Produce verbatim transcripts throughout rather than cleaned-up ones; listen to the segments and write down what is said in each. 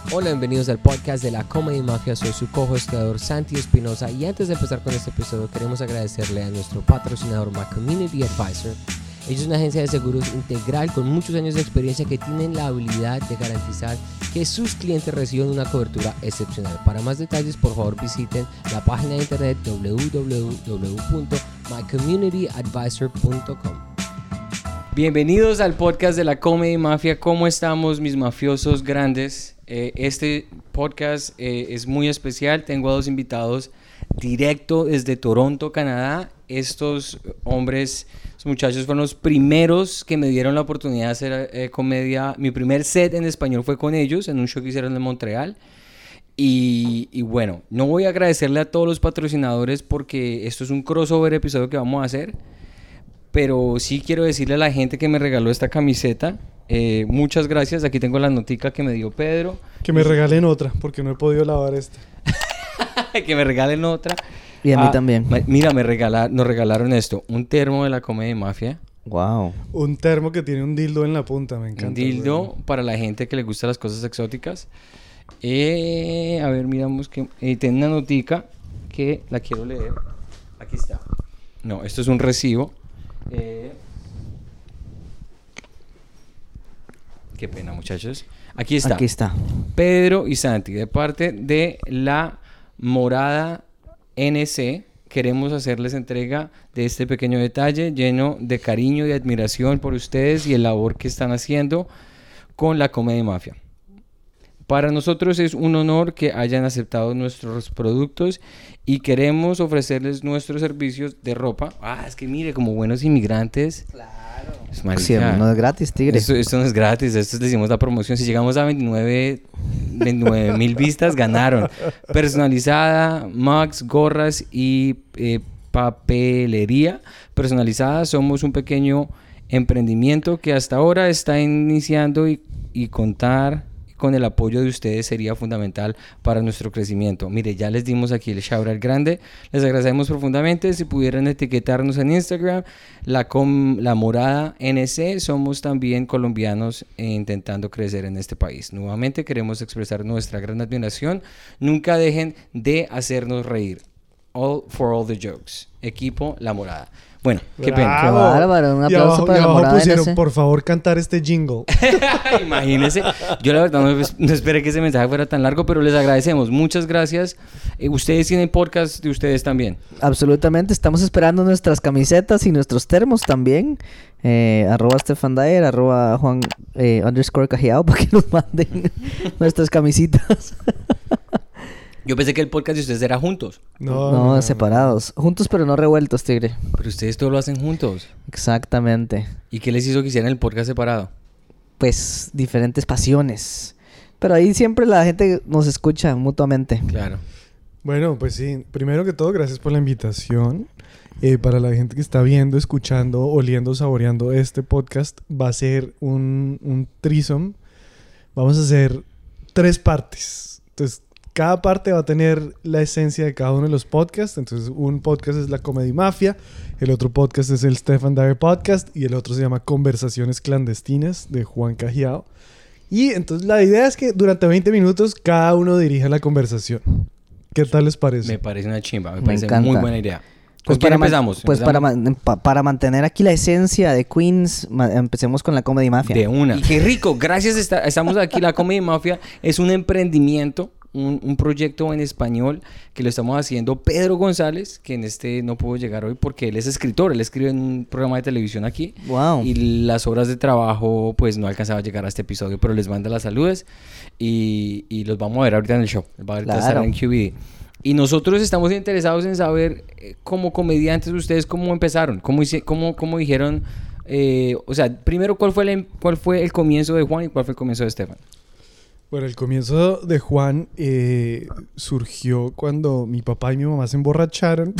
Hola, bienvenidos al podcast de la Comedy Mafia. Soy su co-hostador Santi Espinosa y antes de empezar con este episodio queremos agradecerle a nuestro patrocinador My Community Advisor. Ellos son una agencia de seguros integral con muchos años de experiencia que tienen la habilidad de garantizar que sus clientes reciban una cobertura excepcional. Para más detalles, por favor visiten la página de internet doble u doble u doble u punto my community advisor punto com. Bienvenidos al podcast de la Comedy Mafia. ¿Cómo estamos, mis mafiosos grandes? Eh, este podcast eh, es muy especial. Tengo a dos invitados directo desde Toronto, Canadá. Estos hombres, estos muchachos fueron los primeros que me dieron la oportunidad de hacer eh, comedia. Mi primer set en español fue con ellos, en un show que hicieron en Montreal. Y, y bueno, no voy a agradecerle a todos los patrocinadores porque esto es un crossover episodio que vamos a hacer. Pero sí quiero decirle a la gente que me regaló esta camiseta, eh, muchas gracias. Aquí tengo la notica que me dio Pedro. Que me regalen otra, porque no he podido lavar esta. Que me regalen otra. Y a mí ah, también. Ma- mira, me regala- nos regalaron esto, un termo de la Comedy Mafia. Wow. Un termo que tiene un dildo en la punta, me encanta. Un dildo güey. para la gente que le gusta las cosas exóticas. Eh, a ver, miramos que... Eh, tiene una notica que la quiero leer. Aquí está. No, esto es un recibo. Eh, qué pena, muchachos. Aquí está. Aquí está. Pedro y Santi, de parte de la Morada N C, queremos hacerles entrega de este pequeño detalle lleno de cariño y admiración por ustedes y el labor que están haciendo con la Comedy Mafia. Para nosotros es un honor que hayan aceptado nuestros productos y queremos ofrecerles nuestros servicios de ropa. Ah, es que mire, como buenos inmigrantes. Claro. Es marica. Sí, no es gratis, tigre. Esto, esto no es gratis, esto le hicimos la promoción. Si llegamos a veintinueve mil vistas, ganaron. Personalizada, mugs, gorras y eh, papelería personalizada. Somos un pequeño emprendimiento que hasta ahora está iniciando y, y contar con el apoyo de ustedes sería fundamental para nuestro crecimiento. Mire, ya les dimos aquí el shout out grande. Les agradecemos profundamente. Si pudieran etiquetarnos en Instagram, la, com, la Morada N C. Somos también colombianos e intentando crecer en este país. Nuevamente queremos expresar nuestra gran admiración. Nunca dejen de hacernos reír. All for all the jokes. Equipo La Morada. Bueno, qué pena. Qué bárbaro. Un Y aplauso abajo, para y la abajo Morada pusieron, N C. por favor, cantar este jingle. Imagínense, yo la verdad no, no esperé que ese mensaje fuera tan largo, pero les agradecemos, muchas gracias. Eh, ustedes tienen podcast de ustedes también. Absolutamente. Estamos esperando nuestras camisetas y nuestros termos también. Eh, arroba Stefan Dyer, arroba Juan eh, underscore Cajiao para que nos manden nuestras camisitas. Yo pensé que el podcast de ustedes era juntos, No, No, no, no, separados. Juntos pero no revueltos, tigre. pero ustedes todo lo hacen juntos. Exactamente. ¿Y qué les hizo que hicieran el podcast separado? Pues diferentes pasiones. Pero ahí siempre la gente nos escucha mutuamente. Claro. Bueno, pues sí. Primero que todo, gracias por la invitación. Eh, para la gente que está viendo, escuchando, oliendo, saboreando este podcast, va a ser un, un threesome. Vamos a hacer tres partes. Entonces, cada parte va a tener la esencia de cada uno de los podcasts. Entonces, un podcast es la Comedy Mafia, el otro podcast es el Stefan Dyer Podcast y el otro se llama Conversaciones Clandestinas de Juan Cajiao. Y entonces la idea es que durante veinte minutos cada uno dirija la conversación. ¿Qué tal les parece? Me parece una chimba, me, Me parece encanta. muy buena idea. Pues ¿Con quién man- empezamos? Pues para, ¿Empezamos? man- pa- para mantener aquí la esencia de Queens, ma- empecemos con la Comedy Mafia. De una. Y qué rico, gracias, está, estamos aquí. La Comedy Mafia es un emprendimiento, un, un proyecto en español que lo estamos haciendo Pedro González, que en este no pudo llegar hoy porque él es escritor, él escribe en un programa de televisión aquí. Wow. Y las horas de trabajo pues no alcanzaba a llegar a este episodio, pero les manda las saludes y, y los vamos a ver ahorita en el show. Va a Claro. estar en Q B D. Y nosotros estamos interesados en saber, eh, como comediantes, ustedes cómo empezaron, cómo, hice, cómo, cómo dijeron, eh, o sea, primero, ¿cuál fue, el, em- ¿cuál fue el comienzo de Juan y cuál fue el comienzo de Estefan? Bueno, el comienzo de Juan eh, surgió cuando mi papá y mi mamá se emborracharon.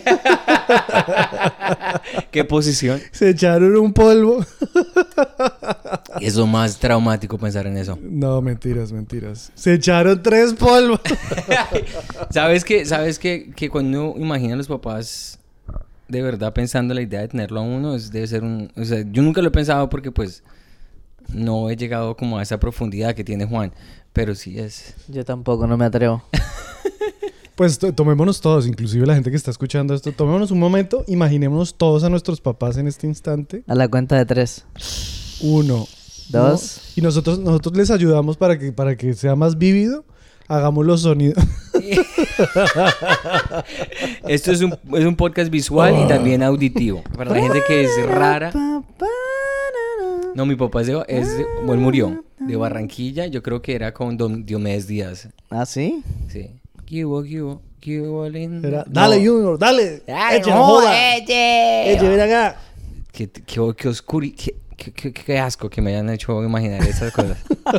¿Qué posición? Se echaron un polvo. Es lo más traumático pensar en eso. No, mentiras, mentiras. Se echaron tres polvos. ¿Sabes qué? ¿Sabes qué? Que cuando uno imagina a los papás de verdad pensando la idea de tenerlo a uno, es, debe ser un... O sea, yo nunca lo he pensado porque pues... no he llegado como a esa profundidad que tiene Juan, pero sí es... Yo tampoco, no me atrevo. Pues to- tomémonos todos, inclusive la gente que está escuchando esto, tomémonos un momento, imaginémonos todos a nuestros papás en este instante. A la cuenta de tres. Uno, Dos. ¿no? Y nosotros, nosotros les ayudamos para que, para que sea más vívido. Hagamos los sonidos. Esto es un, es un podcast visual y también auditivo. Para la gente que es rara. No, mi papá es de, es de- bueno, él murió de Barranquilla. Yo creo que era con Don Diomedes Díaz. ¿Ah, sí? Sí. ¿Qué hubo, qué hubo, qué hubo, lindo? Era, No. dale, Junior, dale. Ay, Eche, no, joda. eche. Eche, ven acá. Qué, qué, qué oscuro y qué, qué, qué- qué asco que me hayan hecho imaginar esas cosas.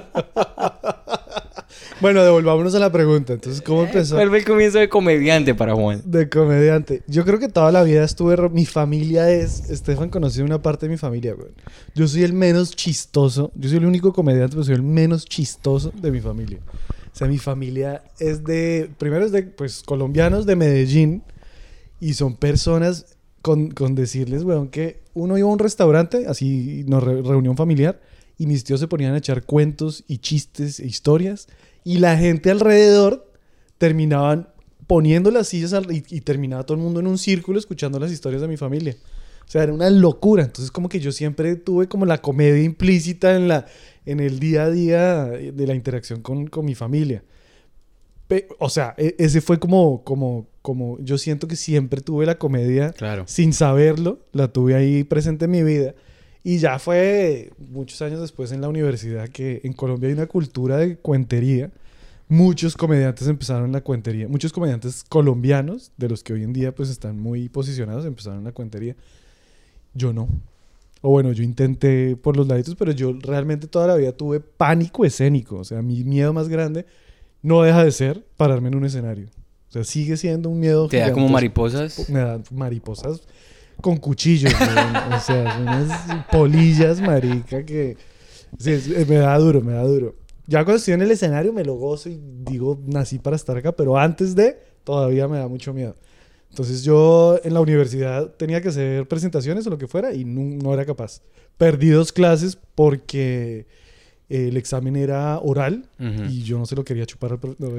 Bueno, devolvámonos a la pregunta. Entonces, ¿cómo empezó? ¿Cuál fue el comienzo de comediante para Juan? De comediante. Yo creo que toda la vida estuve... ro- Mi familia es... Estefan conoció una parte de mi familia, güey. Yo soy el menos chistoso. Yo soy el único comediante, pero soy el menos chistoso de mi familia. O sea, mi familia es de... Primero es de, pues, colombianos de Medellín. Y son personas con, con decirles, weón, que uno iba a un restaurante, así, nos re- reunión familiar, y mis tíos se ponían a echar cuentos y chistes e historias. Y la gente alrededor terminaban poniendo las sillas al- y, y terminaba todo el mundo en un círculo escuchando las historias de mi familia. O sea, era una locura. Entonces, como que yo siempre tuve como la comedia implícita en, la, en el día a día de la interacción con, con mi familia. Pe- o sea, e- ese fue como, como, como... Yo siento que siempre tuve la comedia Claro. sin saberlo. La tuve ahí presente en mi vida. Y ya fue muchos años después en la universidad que en Colombia hay una cultura de cuentería. Muchos comediantes empezaron la cuentería. Muchos comediantes colombianos, de los que hoy en día pues están muy posicionados, empezaron la cuentería. Yo no. O bueno, yo intenté por los laditos, pero yo realmente toda la vida tuve pánico escénico. O sea, mi miedo más grande no deja de ser pararme en un escenario. O sea, sigue siendo un miedo ¿Te da como gigantesco. mariposas? Me dan mariposas con cuchillos, weón. O sea, son unas polillas, marica, que... Sí, es- me da duro, me da duro. Ya cuando estoy en el escenario me lo gozo y digo, nací para estar acá, pero antes de, todavía me da mucho miedo. Entonces yo en la universidad tenía que hacer presentaciones o lo que fuera y no, no era capaz. Perdí dos clases porque el examen era oral Ujú. y yo no se lo quería chupar al pro- no,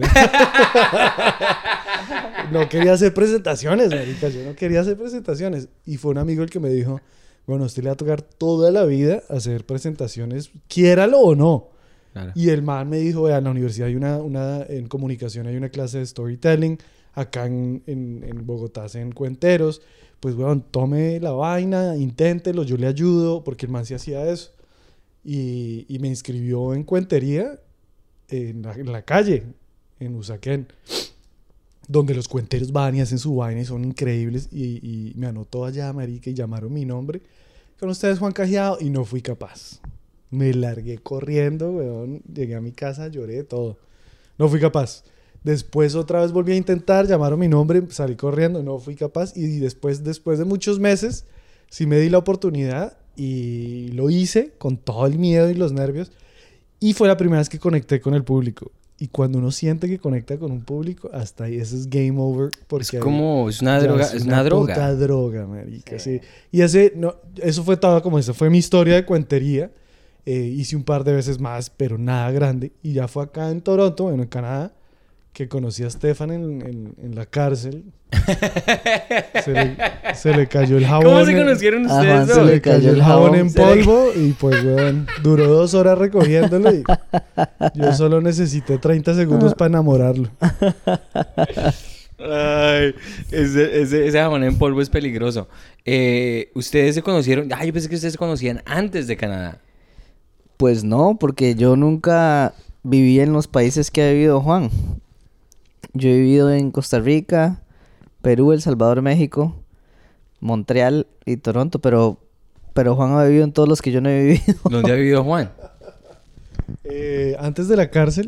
no quería hacer presentaciones, marica. Yo no quería hacer presentaciones. Y fue un amigo el que me dijo, bueno, a usted le va a tocar toda la vida hacer presentaciones, quiéralo o no. Claro. Y el man me dijo, vea, en la universidad hay una, una, en comunicación hay una clase de storytelling, acá en, en, en Bogotá hacen cuenteros, pues, weón, tome la vaina, inténtelo, yo le ayudo, porque el man sí hacía eso. Y, y me inscribió en cuentería en la, en la calle, en Usaquén, donde los cuenteros van y hacen su vaina y son increíbles. Y, y me anotó allá, marica, y llamaron mi nombre. Con ustedes, Juan Cajiao, y no fui capaz. Me largué corriendo, weón. Llegué a mi casa, lloré, todo. No fui capaz. Después otra vez volví a intentar, llamaron mi nombre, salí corriendo, no fui capaz. Y después, después de muchos meses, sí me di la oportunidad y lo hice con todo el miedo y los nervios. Y fue la primera vez que conecté con el público. Y cuando uno siente que conecta con un público, hasta ahí ese es game over. Porque Es ahí como, es una ya droga, es una droga. puta droga, marica, sí. Y ese, no, eso fue todo como eso, fue mi historia de cuentería. Eh, hice un par de veces más, pero nada grande. Y ya fue acá en Toronto, bueno, en Canadá, que conocí a Stefan en, en, en la cárcel. se, le, se le cayó el jabón. ¿Cómo se en- conocieron Ah, ustedes Juan, Se dos? le cayó el jabón en Se le- polvo y pues, weón, duró dos horas recogiéndolo y yo solo necesité treinta segundos para enamorarlo. Ay, ese, ese, ese jabón en polvo es peligroso. Eh, ustedes se conocieron. Ay, yo pensé que ustedes se conocían antes de Canadá. Pues no, porque yo nunca viví en los países que ha vivido Juan. Yo he vivido en Costa Rica, Perú, El Salvador, México, Montreal y Toronto, pero, pero Juan ha vivido en todos los que yo no he vivido. ¿Dónde ha vivido Juan? Eh, antes de la cárcel,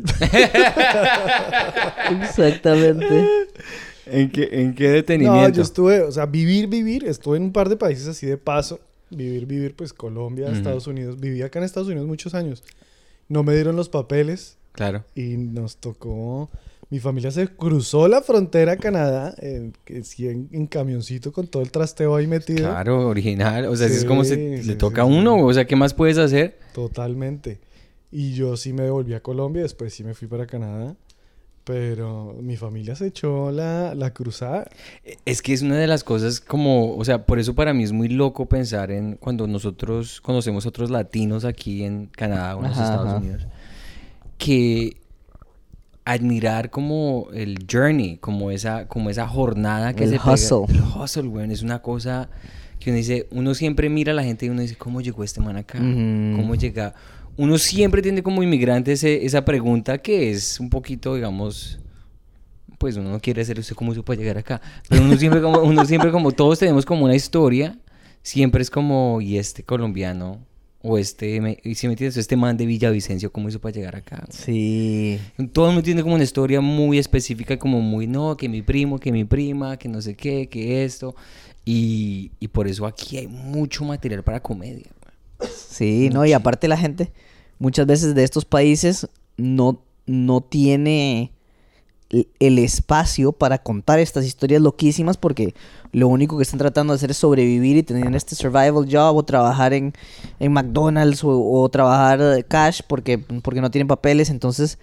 Exactamente. ¿En qué, en qué no, detenimiento? yo estuve, o sea, vivir, vivir, estuve en un par de países así de paso. Vivir, vivir, pues Colombia, Ujú. Estados Unidos. Viví acá en Estados Unidos muchos años. No me dieron los papeles Claro. y nos tocó... Mi familia se cruzó la frontera a Canadá en, en, en camioncito con todo el trasteo ahí metido. Claro, original. O sea, Sí, es como se sí, le toca sí, a uno. sí. O sea, ¿qué más puedes hacer? Totalmente. Y yo sí me devolví a Colombia, después sí me fui para Canadá. Pero mi familia se echó la, la cruzada. Es que es una de las cosas como, o sea, por eso para mí es muy loco pensar en cuando nosotros conocemos a otros latinos aquí en Canadá o en los Ajá, Estados ajá. Unidos, que admirar como el journey, como esa, como esa jornada que El se pega. hustle. El hustle, weón, es una cosa que uno dice, uno siempre mira a la gente y uno dice, ¿cómo llegó este man acá? Ujú. ¿Cómo llega? Uno siempre tiene como inmigrante ese, esa pregunta que es un poquito, digamos, pues uno no quiere hacer eso, ¿cómo hizo para llegar acá? Pero uno siempre como, uno siempre como, todos tenemos como una historia, siempre es como, y este colombiano, o este, me, y si me entiendes, este man de Villavicencio, ¿cómo hizo para llegar acá? Sí. Todo el mundo tiene como una historia muy específica, como muy, no, que mi primo, que mi prima, que no sé qué, que esto, y, y por eso aquí hay mucho material para comedia. Sí, no, y aparte la gente muchas veces de estos países no, no tiene el- el espacio para contar estas historias loquísimas porque lo único que están tratando de hacer es sobrevivir y tener este survival job o trabajar en, en McDonald's o, o trabajar eh, cash porque, porque no tienen papeles. Entonces,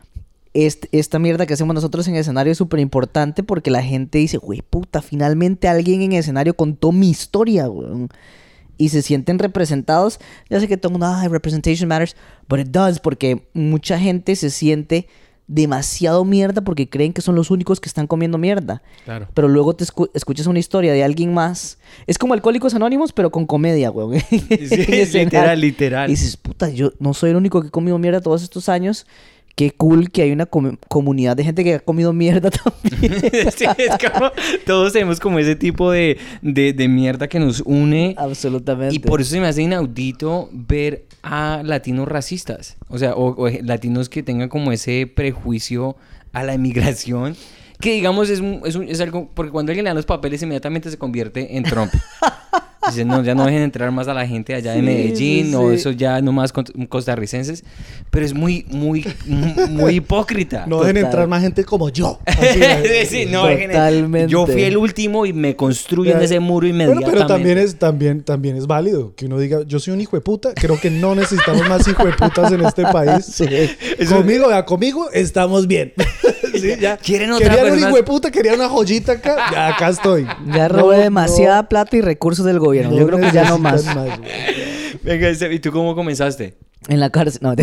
este- esta mierda que hacemos nosotros en escenario es súper importante porque la gente dice, güey, puta, finalmente alguien en escenario contó mi historia, weón. Y se sienten representados. Ya sé que todo el mundo, ah, representation matters, but it does, porque mucha gente se siente demasiado mierda porque creen que son los únicos que están comiendo mierda. Claro. Pero luego te escu- escuchas una historia de alguien más. Es como Alcohólicos Anónimos, pero con comedia, weón. Sí, literal, literal. Y dices, puta, yo no soy el único que he comido mierda todos estos años. Qué cool que hay una com- comunidad de gente que ha comido mierda también. Sí, es como, todos tenemos como ese tipo de, de, de mierda que nos une. Absolutamente. Y por eso se me hace inaudito ver a latinos racistas. O sea, o, o latinos que tengan como ese prejuicio a la inmigración. Que digamos es, un- es, un- es algo... Porque cuando alguien le dan los papeles inmediatamente se convierte en Trump. Dicen, no, ya no dejen entrar más a la gente allá de Sí, Medellín. sí, No, sí. eso ya no más con- costarricenses. Pero es muy, muy, muy hipócrita. No dejen Total. entrar más gente como yo. Así, Sí, sí, no, dejen- Totalmente. Yo fui el último y me construyen Ya. ese muro Bueno, inmediatamente. pero también es, también, también es válido que uno diga, yo soy un hijo de puta. Creo que no necesitamos más hijo de putas en este país. Sí. Conmigo, vea, conmigo estamos bien. Sí, ya. ¿Quieren otra Querían un persona? hijo de puta, querían una joyita acá. Ya acá estoy. Ya No, robé no, demasiada plata y recursos del gobierno. no Yo creo que ya no más. necesitan güey. Venga, ¿y tú cómo comenzaste? En la cárcel. No.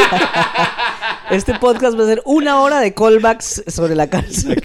Este podcast va a ser una hora de callbacks sobre la cárcel.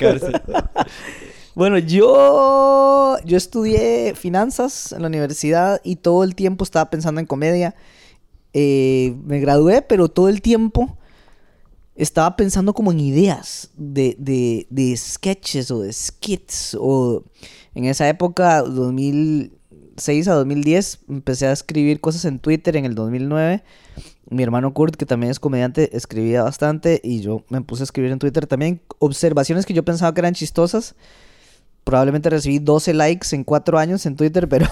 Bueno, yo, yo estudié finanzas en la universidad y todo el tiempo estaba pensando en comedia. Eh, me gradué, pero todo el tiempo estaba pensando como en ideas de, de, de sketches o de skits. O en esa época, dos mil seis a dos mil diez, empecé a escribir cosas en Twitter en el dos mil nueve. Mi hermano Kurt, que también es comediante, escribía bastante y yo me puse a escribir en Twitter también observaciones que yo pensaba que eran chistosas. Probablemente recibí doce likes en cuatro años en Twitter, pero...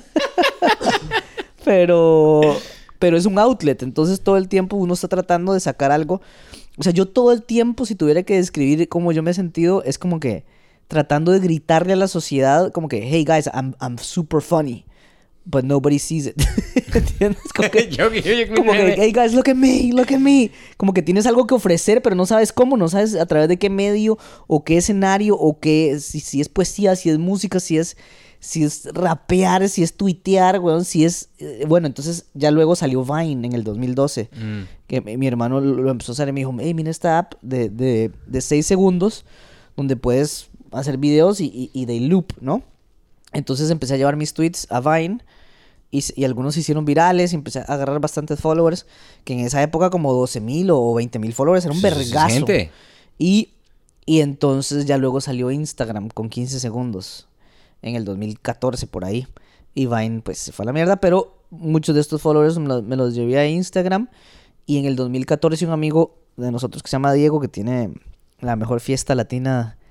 pero... Pero es un outlet, entonces todo el tiempo uno está tratando de sacar algo. O sea, yo todo el tiempo, si tuviera que describir cómo yo me he sentido, es como que tratando de gritarle a la sociedad, como que, hey guys, I'm, I'm super funny, but nobody sees it. ¿Entiendes? Como que, Yo- yo- yo- como que, hey guys, look at me, look at me. Como que tienes algo que ofrecer, pero no sabes cómo, no sabes a través de qué medio, o qué escenario, o qué, si, si es poesía, si es música, si es, si es rapear, si es tuitear, weón, si es... eh, bueno, entonces ya luego salió Vine en el dos mil doce. Mm. Que mi, mi hermano lo, lo empezó a hacer y me dijo, hey, mira esta app de, de, de seis segundos donde puedes hacer videos y, y, y de loop, ¿no? Entonces empecé a llevar mis tweets a Vine y, s- y algunos se hicieron virales y empecé a agarrar bastantes followers, que en esa época como doce mil o veinte mil followers era un Eso es vergazo. gente. Y, y entonces ya luego salió Instagram con quince segundos en el dos mil catorce por ahí. Y Vine pues se fue a la mierda, pero muchos de estos followers me los, me los llevé a Instagram. Y en el dos mil catorce un amigo de nosotros que se llama Diego, que tiene la mejor fiesta latina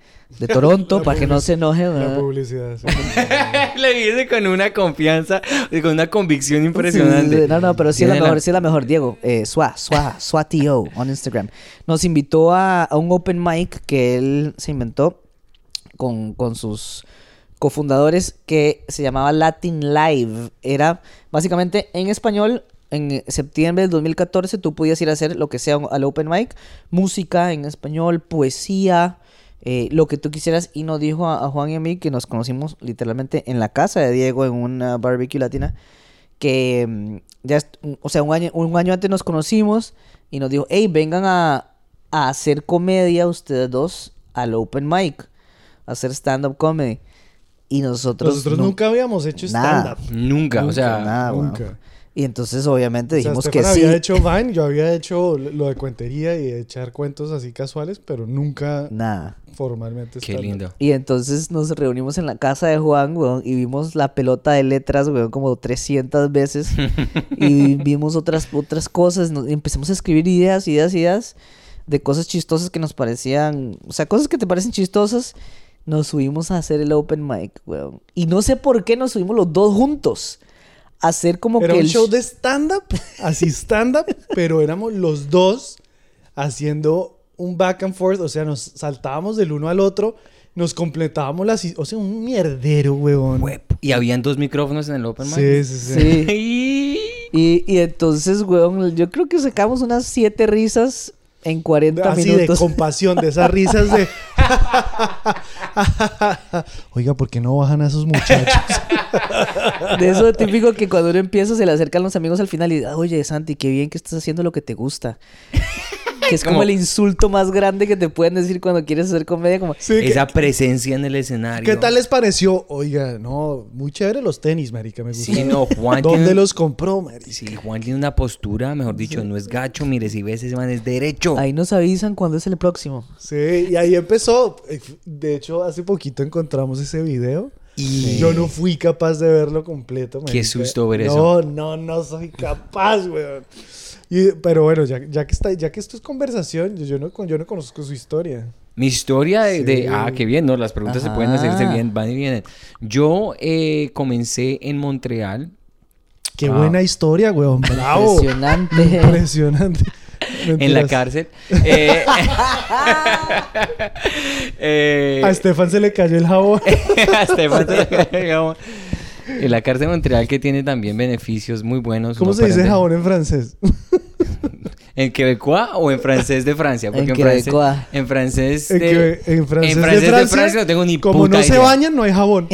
de Toronto, La para que no public- se enoje. La ¿verdad? publicidad. sí. Le dice con una confianza, con una convicción Sí, impresionante. sí, no, no, pero sí es la Tiene mejor, sí es la mejor. Diego, eh, Swa, Swa, Swatio on Instagram. Nos invitó a, a un open mic que él se inventó con, con sus cofundadores que se llamaba Latin Live. Era básicamente en español. En septiembre del dos mil catorce tú podías ir a hacer lo que sea al open mic, música en español, poesía, eh, lo que tú quisieras. Y nos dijo a, a Juan y a mí, que nos conocimos literalmente en la casa de Diego en una barbecue latina, que mm, ya, est- o sea, un año, un año antes nos conocimos y nos dijo, hey, vengan a, a hacer comedia ustedes dos al open mic, a hacer stand-up comedy. Y nosotros, Nosotros nu- nunca habíamos hecho Nada. stand-up. Nunca, o sea, nada, weón. Nunca. Y entonces obviamente O sea, dijimos que Estefan sí. había hecho Vine, yo había hecho lo de cuentería y echar cuentos así casuales, pero nunca Nada. formalmente qué stand-up. lindo. Y entonces nos reunimos en la casa de Juan, weón, y vimos la pelota de letras, weón, como trescientas veces. Y vimos otras, otras cosas, nos- y empezamos a escribir ideas, ideas, ideas de cosas chistosas que nos parecían, o sea, cosas que te parecen chistosas. Nos subimos a hacer el open mic, weón. Y no sé por qué nos subimos los dos juntos a hacer como Era que un el show de stand-up, así stand-up, pero éramos los dos haciendo un back and forth, o sea, nos saltábamos del uno al otro, nos completábamos las... O sea, un mierdero, huevón. Y habían dos micrófonos en el open mic. Sí, sí, sí. Sí. Y- Y, y entonces, weón, yo creo que sacamos unas siete risas en cuarenta Así minutos. de compasión, de esas risas de... Oiga, ¿por qué no bajan a esos muchachos? De eso típico que cuando uno empieza se le acercan los amigos al final y oye, Santi, qué bien que estás haciendo lo que te gusta. Que es como Como- el insulto más grande que te pueden decir cuando quieres hacer comedia, como... Sí, ¿qué- Esa presencia en el escenario. ¿Qué tal les pareció? Oiga, no, muy chévere los tenis, marica, me Sí, gustaron. no, Juan ¿Dónde tiene- los compró, marica? Sí, Juan tiene una postura, mejor dicho, no es gacho. Mire, si ves, ese man es derecho. Ahí nos avisan cuando es el próximo. Sí, y ahí empezó. De hecho, hace poquito encontramos ese video. Y Yo no fui capaz de verlo completo. Qué marica. susto ver no, eso. No, no, no soy capaz, weón. Y- pero bueno, ya, ya que está, ya que esto es conversación, yo, yo no, yo no conozco su historia. Mi historia de, de- Sí. Ah, qué bien, ¿no? Las preguntas se pueden hacerse Ajá. bien, van y vienen. Yo eh, comencé en Montreal. Qué Ah. buena historia, weón. Bravo. Impresionante. Impresionante. En la Mentiras. cárcel. Eh, eh, A Estefan se le cayó el jabón. a Estefan se le cayó el jabón. En la cárcel de Montreal, que tiene también beneficios muy buenos. ¿Cómo no se dice paran de- jabón en francés? ¿En quebecois o en francés de Francia? Porque En en, francés, quebecois. en francés En, de, que- en francés, en francés de, de Francia, Francia no tengo ni como puta no se idea. bañan, no hay jabón.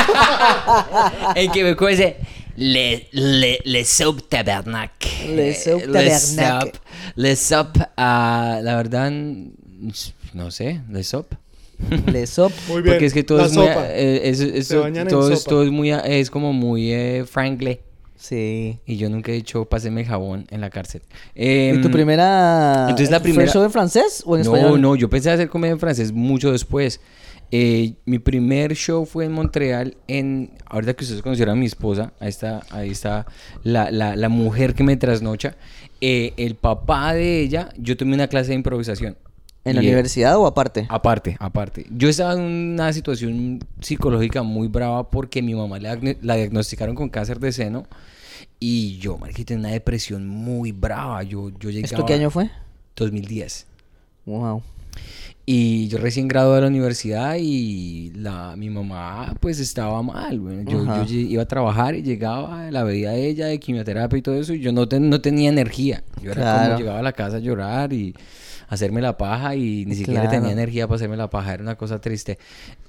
En quebecois dice le, le, le soup tabernac. Le soup Le tabernac. soup. Le soup, ah, la verdad, no sé, le soup. Le sop. Muy bien. Porque es que todo la es muy, sopa. eh, es, es- Se bañan en todo, es, sopa. todo es muy, es como muy eh, frangle. Sí. Y yo nunca he dicho páseme el jabón en la cárcel. Eh, ¿Y tu primera... entonces la ¿Fue primera- show en francés o en no, español? no, yo pensé hacer comedia en francés mucho después. Eh, mi primer show fue en Montreal, en ahorita que ustedes conocieron a mi esposa, ahí está, ahí está la, la, la mujer que me trasnocha. Eh, el papá de ella, yo tomé una clase de improvisación. ¿En la Y, eh, universidad o aparte? Aparte, aparte. Yo estaba en una situación psicológica muy brava porque mi mamá la, diagn- la diagnosticaron con cáncer de seno y yo, marica, tenía una depresión muy brava. Yo, yo llegaba... ¿Esto qué año fue? dos mil diez. Wow. Y yo recién graduado de la universidad y la, mi mamá pues estaba mal. Bueno, yo, Ajá. yo lle- iba a trabajar y llegaba, la veía a ella de quimioterapia y todo eso y yo no, ten- no tenía energía. Yo era Claro. como llegaba a la casa a llorar y hacerme la paja y ni siquiera Claro. tenía energía para hacerme la paja. Era una cosa triste.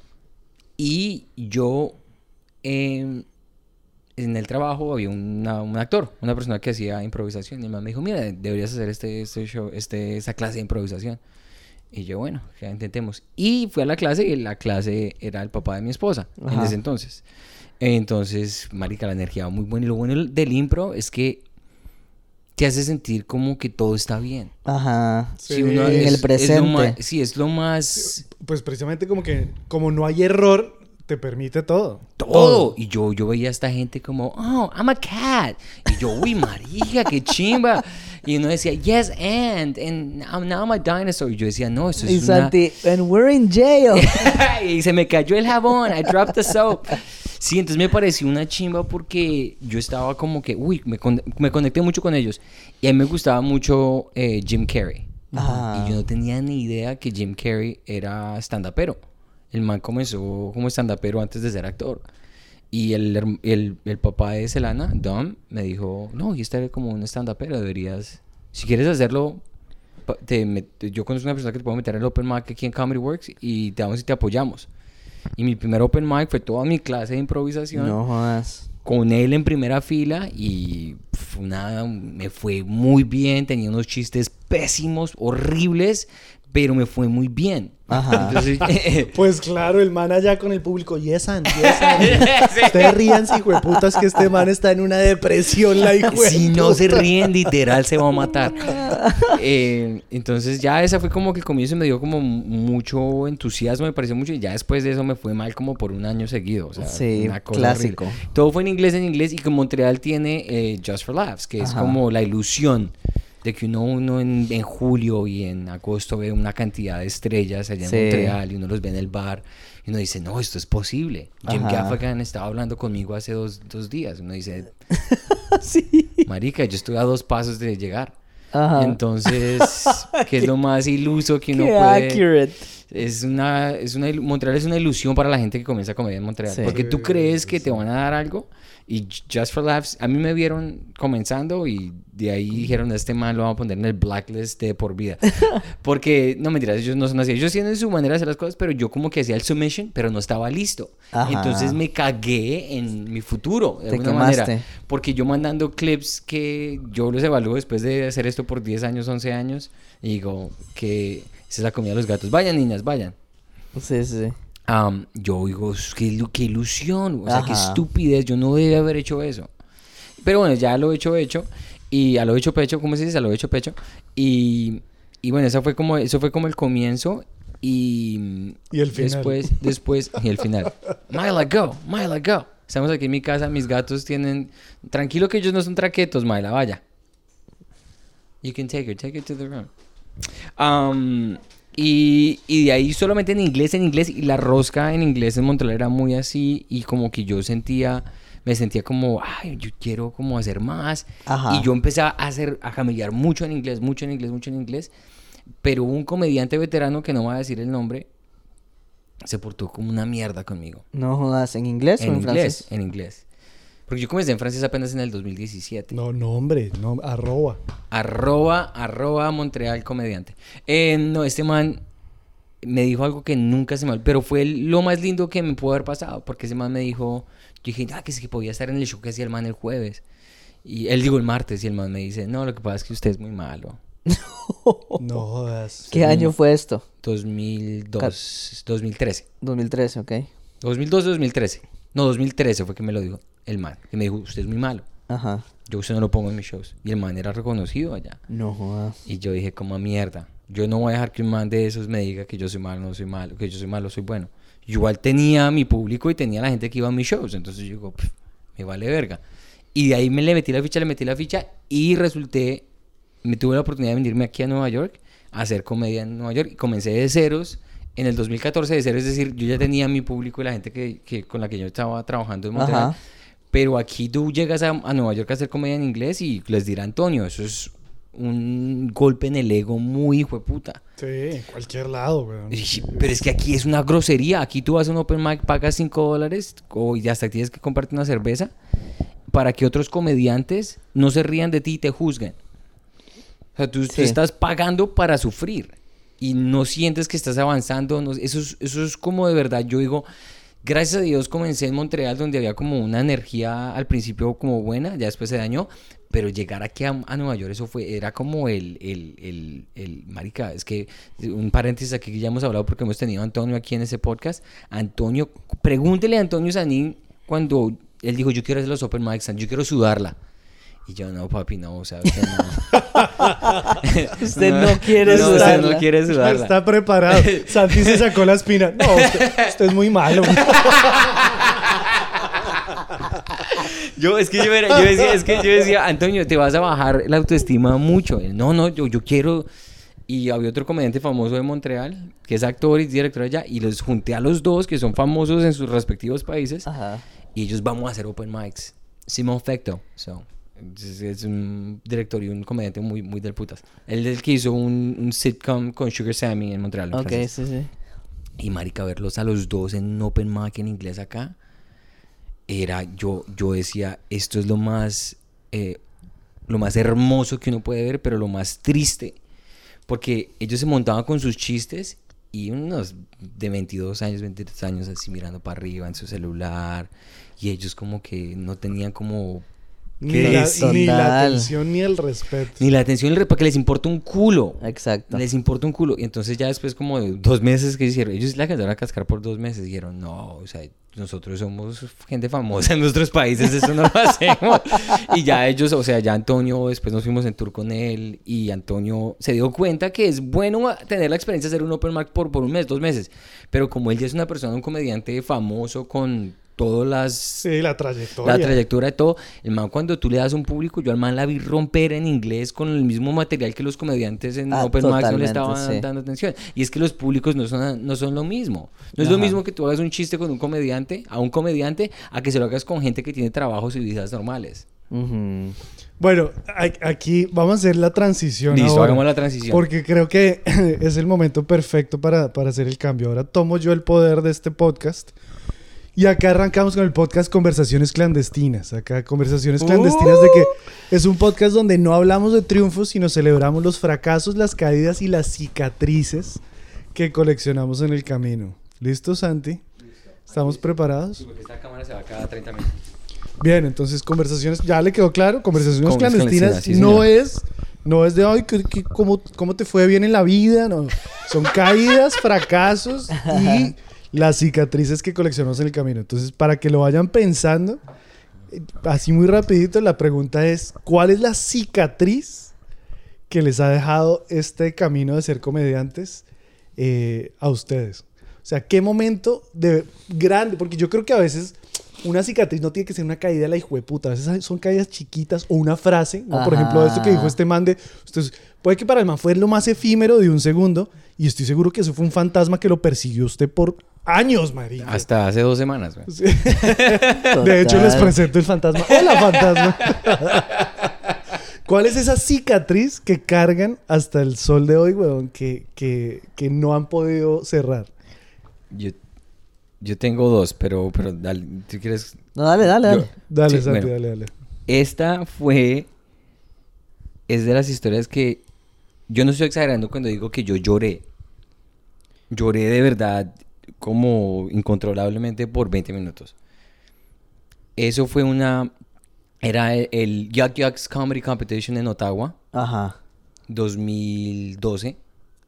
Y yo... em, en el trabajo había una- un actor, una persona que hacía improvisación y mi mamá me dijo, mira, deberías hacer este, este show, este, esta clase de improvisación. Y yo, bueno, ya intentemos. Y fui a la clase y la clase era el papá de mi esposa en Ajá. ese entonces. Entonces, marica, la energía va muy buena. Y lo bueno del impro es que te hace sentir como que todo está bien. Ajá. Sí. Si uno En es- el es lo presente. más- sí, es lo más... Pues precisamente como que, como no hay error, te permite todo. Todo. Y yo, yo veía a esta gente como, oh, I'm a cat. Y yo, uy, marica, qué chimba. Y uno decía, yes, and, and now, now I'm a dinosaur. Y yo decía, no, eso es Y una... Santi, and we're in jail. Y se me cayó el jabón, I dropped the soap. Sí, entonces me pareció una chimba porque yo estaba como que, uy, me, con- me conecté mucho con ellos. Y a mí me gustaba mucho eh, Jim Carrey. Ah. Y yo no tenía ni idea que Jim Carrey era stand-upero. El man comenzó como stand-upero antes de ser actor. Y el, herm- el, el papá de Selena, Dom, me dijo, no, yo estaré como un stand-upero, deberías... Si quieres hacerlo, pa- te met- yo conozco una persona que te puedo meter en el Open Mic aquí en Comedy Works y te vamos y te apoyamos. Y mi primer Open Mic fue toda mi clase de improvisación. No jodas. Con él en primera fila y pf, una, me fue muy bien. Tenía unos chistes pésimos, horribles, pero me fue muy bien. Ajá. Entonces, Pues claro, el man allá con el público, yes, and, yes, and. Ustedes ríanse, hijo de putas, que este man está en una depresión, la hijo de si no puta. se ríen, literal se va a matar. Eh, entonces ya esa fue como que el comienzo y me dio como mucho entusiasmo, me pareció mucho. Y ya después de eso me fue mal como por un año seguido. O sea, Sí, una cosa clásico. horrible. Todo fue en inglés, en inglés. Y que Montreal tiene eh, Just for Laughs, que es Ajá. como la ilusión de que uno, uno en, en julio y en agosto ve una cantidad de estrellas allá en Sí. Montreal y uno los ve en el bar y uno dice, no, esto es posible. Jim Ajá. Gaffigan estaba hablando conmigo hace dos, dos días. Uno dice, Sí. marica, yo estoy a dos pasos de llegar. Ajá. Entonces, ¿qué es lo más iluso que uno Qué puede...? accurate. Es una, es una, ilu- Montreal es una ilusión para la gente que comienza a comedia en Montreal. Sí. Porque tú crees que te van a dar algo y Just for Laughs, a mí me vieron comenzando y de ahí dijeron, este man lo vamos a poner en el blacklist de por vida. Porque, no mentiras, ellos no son así. Ellos tienen su manera de hacer las cosas, pero yo como que hacía el submission, pero no estaba listo. Ajá. Entonces me cagué en mi futuro, de Te alguna quemaste. manera. Porque yo mandando clips que yo los evalúo después de hacer esto por diez años, once años, y digo que esa es la comida de los gatos. Vayan, niñas, vayan. Sí, sí. Um, yo digo, qué, ilu- qué ilusión, o sea, qué Ajá. estupidez, yo no debía haber hecho eso. Pero bueno, ya lo he hecho, hecho, y a lo hecho pecho, ¿cómo se dice? A lo hecho pecho. Y, y bueno, eso fue como, eso fue como el comienzo. Y, Y el final. Después, después, y el final. Myla, go, Myla, go. Estamos aquí en mi casa, mis gatos tienen... Tranquilo que ellos no son traquetos, Myla, vaya. You can take her, take her to the room. Um, y, y de ahí solamente en inglés, en inglés, y la rosca en inglés en Montreal era muy así, y como que yo sentía, me sentía como, ay, yo quiero como hacer más. Ajá. Y yo empecé a hacer, a camellar mucho en inglés, mucho en inglés, mucho en inglés. Pero hubo un comediante veterano, que no voy a decir el nombre, se portó como una mierda conmigo. No jodas, ¿en inglés En o en inglés, francés? en inglés. Porque yo comencé en francés apenas en el dos mil diecisiete. No, no, hombre, no, arroba. Arroba, arroba Montreal comediante. Eh, no, este man me dijo algo que nunca se me... Pero fue lo más lindo que me pudo haber pasado. Porque ese man me dijo... Yo dije, ah, que sí que podía estar en el show que hacía el man el jueves. Y él digo el martes y el man me dice, no, lo que pasa es que usted es muy malo. No jodas. ¿Qué año fue esto? dos mil dos, dos mil trece. dos mil trece, ok. dos mil doce, dos mil trece. No, dos mil trece fue que me lo dijo el man. Que me dijo, usted es muy malo. Ajá. Yo usted no lo pongo en mis shows. Y el man era reconocido allá. No jodas. Y yo dije, como mierda. Yo no voy a dejar que un man de esos me diga que yo soy malo, no soy malo, que yo soy malo, soy bueno. Yo igual tenía mi público y tenía la gente que iba a mis shows. Entonces yo digo, "Pff, me vale verga". Y de ahí me le metí la ficha, le metí la ficha y resulté, me tuve la oportunidad de venirme aquí a Nueva York a hacer comedia en Nueva York. Y comencé de ceros en el dos mil catorce, de cero, es decir, yo ya tenía mi público y la gente que, que con la que yo estaba trabajando en Montreal. Ajá. Pero aquí tú llegas a, a Nueva York a hacer comedia en inglés y les dirá Antonio, eso es un golpe en el ego muy hijo de puta. Sí, en cualquier lado, weón. Y- Pero es que aquí es una grosería. Aquí tú vas a un open mic, pagas cinco dólares o y hasta tienes que comprarte una cerveza para que otros comediantes no se rían de ti y te juzguen. O sea, tú, tú Sí. estás pagando para sufrir y no sientes que estás avanzando. No- eso, es, eso es como de verdad. Yo digo, gracias a Dios comencé en Montreal donde había como una energía al principio como buena, ya después se dañó. Pero llegar aquí a, a Nueva York, eso fue, era como el, el, el, el, marica, es que, un paréntesis aquí que ya hemos hablado porque hemos tenido a Antonio aquí en ese podcast. Antonio, pregúntele a Antonio Sanín cuando él dijo, yo quiero hacer los open mics, yo quiero sudarla. Y yo, no, papi, no, o sea, usted no. Usted no quiere no, usted sudarla. no quiere sudarla. Está preparado. Santi se sacó la espina. No, usted, usted es muy malo. Yo, es que yo, era- yo decía, es que yo decía, Antonio, te vas a bajar la autoestima mucho. Él, no, no, yo, yo quiero... Y había otro comediante famoso de Montreal, que es actor y director allá, y los junté a los dos, que son famosos en sus respectivos países, Ajá. y ellos vamos a hacer open mics. Simon Fecto, so, es, es un director y un comediante muy, muy del putas. Él es el que hizo un, un sitcom con Sugar Sammy en Montreal. en Ok, francés. sí, sí. Y marica, verlos a los dos en un open mic en inglés acá, era, yo, yo decía, esto es lo más, eh, lo más hermoso que uno puede ver, pero lo más triste, porque ellos se montaban con sus chistes y unos de veintidós años, veintitrés años así mirando para arriba en su celular, y ellos como que no tenían como... Ni ¿Qué la, decir? ni la Total. atención ni el respeto. Ni la atención, porque les importa un culo. Exacto. Les importa un culo. Y entonces ya después como de dos meses que hicieron, ellos la alcanzaron a cascar por dos meses. Dijeron, no, o sea, nosotros somos gente famosa en nuestros países, eso no lo hacemos. Y ya ellos, o sea, ya Antonio, después nos fuimos en tour con él y Antonio se dio cuenta que es bueno tener la experiencia de hacer un open mic por, por un mes, dos meses. Pero como él ya es una persona, un comediante famoso con todas las... Sí, la trayectoria. La trayectoria de todo. El man, cuando tú le das un público, yo al man la vi romper en inglés con el mismo material que los comediantes en Ah, Open Mic no le totalmente, estaban sí. dando atención. Y es que los públicos no son, no son lo mismo. No es lo Ajá. mismo que tú hagas un chiste con un comediante, a un comediante, a que se lo hagas con gente que tiene trabajos y vidas normales. Ujú. Bueno, a- aquí vamos a hacer la transición. Listo, ahora, hagamos la transición. Porque creo que es el momento perfecto para, para hacer el cambio. Ahora tomo yo el poder de este podcast. Y acá arrancamos con el podcast Conversaciones Clandestinas. Acá Conversaciones Clandestinas de que es un podcast donde no hablamos de triunfos, sino celebramos los fracasos, las caídas y las cicatrices que coleccionamos en el camino. ¿Listo, Santi? ¿Estamos preparados? Porque esta cámara se va cada treinta minutos. Bien, entonces conversaciones, ya le quedó claro, conversaciones Con- clandestinas clandestinas, sí, no señor. es, no es de hoy, que, que cómo, cómo te fue bien en la vida, no, son caídas, fracasos y las cicatrices que coleccionamos en el camino. Entonces, para que lo vayan pensando, eh, así muy rapidito, la pregunta es, ¿cuál es la cicatriz que les ha dejado este camino de ser comediantes eh, a ustedes? O sea, ¿qué momento de grande? Porque yo creo que a veces una cicatriz no tiene que ser una caída de la hijueputa. A veces son caídas chiquitas o una frase, ¿no? Por Ajá. ejemplo, esto que dijo este man de... Ustedes, puede que para el man fue lo más efímero de un segundo y estoy seguro que eso fue un fantasma que lo persiguió usted por años, marica. Hasta hace dos semanas, güey. Sí. De hecho, les presento el fantasma. ¡Hola, fantasma! ¿Cuál es esa cicatriz que cargan hasta el sol de hoy, weón, que, que, que no han podido cerrar? Yo, yo tengo dos, pero, pero dale, ¿tú quieres...? No, dale, dale, Yo- dale. Dale, Sí, Santi, bueno. dale, dale. Esta fue... Es de las historias que... Yo no estoy exagerando cuando digo que yo lloré. Lloré de verdad como incontrolablemente por veinte minutos. Eso fue una... Era el, el Yuck Yucks Comedy Competition en Ottawa, Ajá. dos mil doce.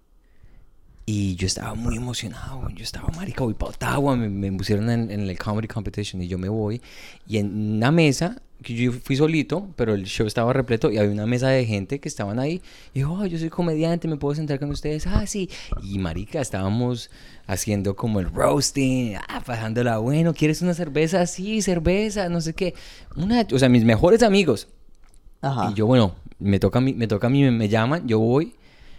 Y yo estaba muy emocionado, güey. Yo estaba, marica, voy para Ottawa. Me, me pusieron en, en el Comedy Competition y yo me voy. Y en una mesa, que yo fui solito, pero el show estaba repleto y había una mesa de gente que estaban ahí. Y yo, oh, yo soy comediante, ¿me puedo sentar con ustedes? Ah, sí. Y marica, estábamos haciendo como el roasting, ah, pasándola bueno. ¿Quieres una cerveza? Sí, cerveza, no sé qué. Una, o sea, mis mejores amigos. Ajá. Y yo, bueno, me toca a mí, me toca a mí, me, me llaman, yo voy.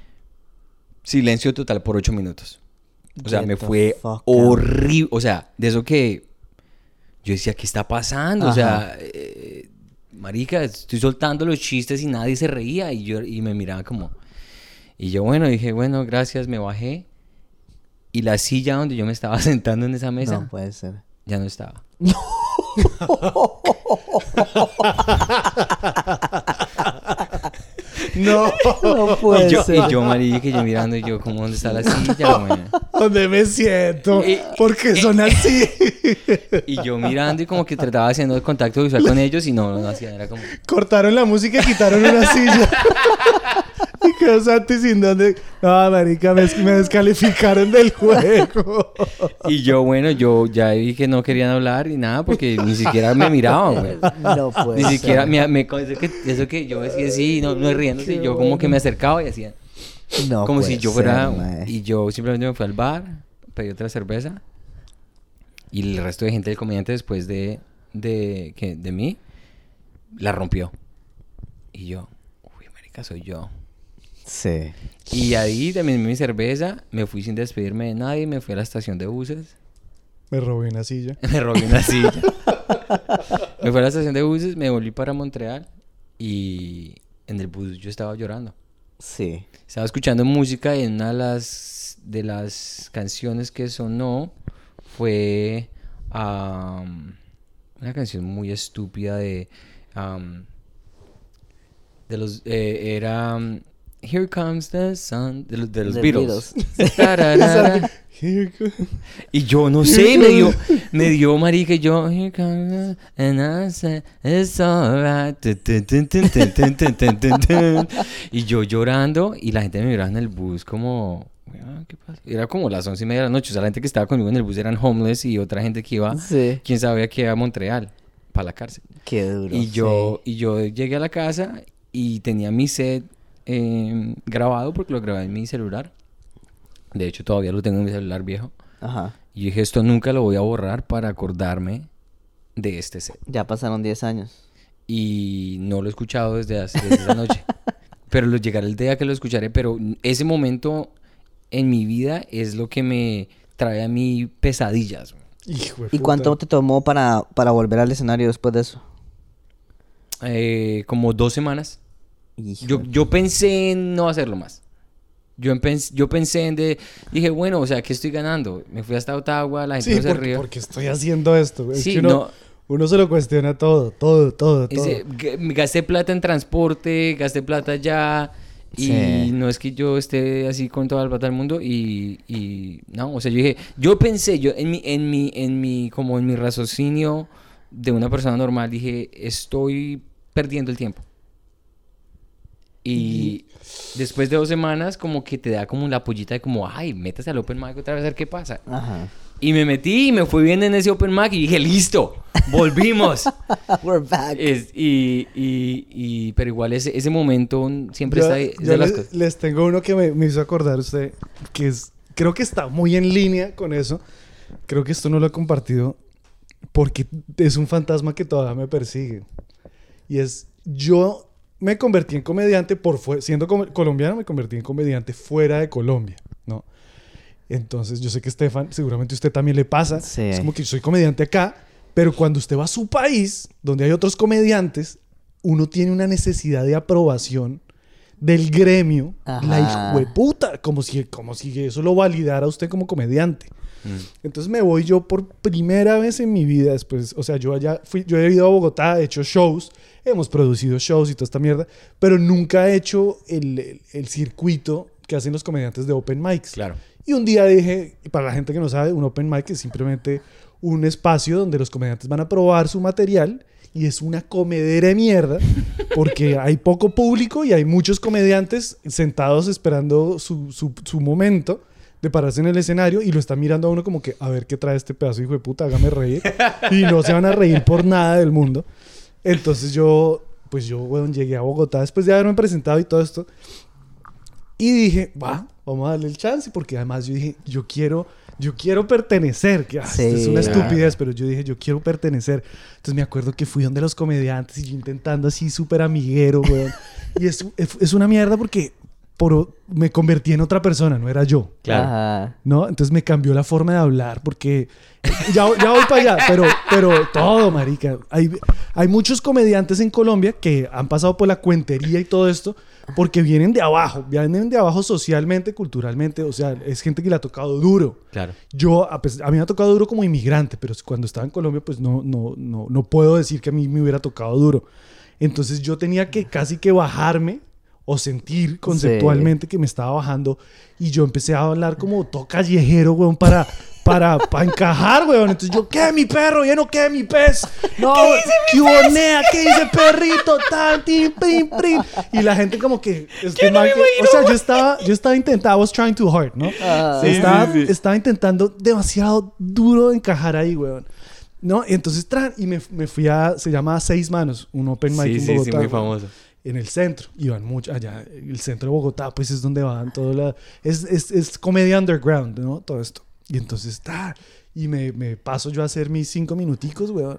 Silencio total por ocho minutos. O sea, Get me the fue fuck horrible. O sea, de eso que yo decía, ¿qué está pasando? O sea, Ajá. eh, marica, estoy soltando los chistes y nadie se reía. Y yo y me miraba como... Y yo, bueno, dije, bueno, gracias, me bajé. Y la silla donde yo me estaba sentando en esa mesa No puede ser. ya no estaba. No, No puede Y yo, ser. y yo, marica, y yo mirando, y yo, ¿cómo dónde está la silla, güey? ¿dónde me siento? Y- Porque son así. Y yo mirando y como que trataba haciendo el contacto visual con ellos y no, no hacían, era como... Cortaron la música y quitaron una silla. Y quedó Santi sin dónde. No, marica, me, me descalificaron del juego. Y yo, bueno, yo ya vi que no querían hablar y nada porque ni siquiera me miraban, güey. No puede Ni ser. siquiera, me, me- eso, que, eso que yo decía sí, no, no riéndose, y yo como que me acercaba y hacía No como puede si yo fuera... ser, mae. Y yo simplemente me fui al bar, pedí otra cerveza y el resto de gente del comediante después de, de, que, de mí la rompió. Y yo, uy, marica, soy yo. Sí. Y ahí también mi cerveza, me fui sin despedirme de nadie, me fui a la estación de buses. Me robé una silla. Me robé una silla. Me fui a la estación de buses, me volví para Montreal y en el bus yo estaba llorando. Sí. Estaba escuchando música y una de las, de las canciones que sonó fue um, una canción muy estúpida de... Um, de los... Eh, era... Um, Here Comes the Sun de los, de los The Beatles. Beatles. Tararara. Here go- Y yo no sé, me dio, me dio marica y yo Here comes the- and I said it's alright. Tun, tun, tun, tun, tun, tun, tun, tun, tun, tun. Y yo llorando y la gente me miraba en el bus como "Ah, ¿qué pasa?". Era como las once y media de la noche. O sea, la gente que estaba conmigo en el bus eran homeless y otra gente que iba, Sí. quién sabía que iba a Montreal para la cárcel. Qué duro. Y yo, sí. y yo llegué a la casa y tenía mi set eh, grabado porque lo grabé en mi celular. De hecho, todavía lo tengo en mi celular viejo. Ajá. Y yo dije, esto nunca lo voy a borrar para acordarme de este set. Ya pasaron diez años. Y no lo he escuchado desde, hace, desde esa noche. Pero lo llegará el día que lo escucharé. Pero ese momento en mi vida es lo que me trae a mí pesadillas. Hijo de ¿Y puta. cuánto te tomó para, para volver al escenario después de eso? Eh, como dos semanas. Hijo. Yo, yo pensé en no hacerlo más. Yo, en pens- yo pensé en de... Dije, bueno, o sea, ¿qué estoy ganando? Me fui hasta Ottawa, la gente Sí, no se porque, rió. porque estoy haciendo esto. Es Sí, que uno, no. uno se lo cuestiona todo, todo, todo, todo. Ese, g- gasté plata en transporte, gasté plata allá y Sí. no es que yo esté así con toda la plata del mundo y, y no, o sea, yo dije, yo pensé, yo en mi, en mi, en mi, como en mi raciocinio de una persona normal, dije, estoy perdiendo el tiempo. Y después de dos semanas como que te da como la pollita de como, ay, métase al open mic otra vez a ver qué pasa. Ajá. Y me metí y me fui bien en ese open mic y dije, listo, volvimos. We're back. Es- y, y, y, pero igual ese, ese momento siempre Yo- está ahí. es yo de las les, cosas. les tengo uno que me, me hizo acordar usted, que es, creo que está muy en línea con eso. Creo que esto no lo he compartido porque es un fantasma que todavía me persigue. Y es, yo me convertí en comediante por fue- siendo com- colombiano, me convertí en comediante fuera de Colombia, ¿no? Entonces, yo sé que Estefan, seguramente a usted también le pasa. Sí. Es como que yo soy comediante acá, pero cuando usted va a su país, donde hay otros comediantes, uno tiene una necesidad de aprobación del gremio, Ajá. la hijueputa, como si, como si eso lo validara a usted como comediante. Mm. Entonces me voy yo por primera vez en mi vida después, o sea, yo allá fui, yo he ido a Bogotá, he hecho shows, hemos producido shows y toda esta mierda, pero nunca he hecho el, el, el circuito que hacen los comediantes de open mics. Claro. Y un día dije, y para la gente que no sabe, un open mic es simplemente un espacio donde los comediantes van a probar su material y es una comedera de mierda porque hay poco público y hay muchos comediantes sentados esperando su, su, su momento de pararse en el escenario y lo están mirando a uno como que a ver qué trae este pedazo hijo de puta, hágame reír. Y no se van a reír por nada del mundo. Entonces yo, pues yo, weón, llegué a Bogotá después de haberme presentado y todo esto. Y dije, va, vamos a darle el chance, porque además yo dije, yo quiero, yo quiero pertenecer, que ah, Sí. esto es una Claro. estupidez, pero yo dije, yo quiero pertenecer. Entonces me acuerdo que fui donde los comediantes y yo intentando así súper amiguero, weón. Y es, es, es una mierda porque por, me convertí en otra persona, no era yo, Claro. Ajá. ¿no? Entonces me cambió la forma de hablar porque ya, ya voy para allá, pero, pero todo, marica. Hay, hay muchos comediantes en Colombia que han pasado por la cuentería y todo esto porque vienen de abajo, vienen de abajo socialmente, culturalmente, o sea, es gente que le ha tocado duro. Claro. Yo, a, pes- a mí me ha tocado duro como inmigrante, pero cuando estaba en Colombia, pues no, no, no, no puedo decir que a mí me hubiera tocado duro. Entonces yo tenía que casi que bajarme o sentir conceptualmente que me estaba bajando y yo empecé a hablar como todo callejero, weón, para, para, para encajar, weón. Entonces yo, ¿qué, mi perro? Ya no, ¿qué, mi pez? No, ¿qué bonea? ¿Qué dice perrito? Tan, tin, prim, prim. Y la gente como que... Este man que- o sea, yo estaba, yo estaba intentando, I was trying too hard, ¿no? Ah. estaba, sí, sí. estaba intentando demasiado duro encajar ahí, weón. ¿No? Y entonces, tran, y me, me fui a, se llama Seis Manos, un open mic Sí, en sí, Bogotá. sí, muy weón. famoso. En el centro, iban mucho allá, el centro de Bogotá, pues es donde van todo la... Es, es, es comedia underground, ¿no? Todo esto. Y entonces, ta, y me, me paso yo a hacer mis cinco minuticos, weón.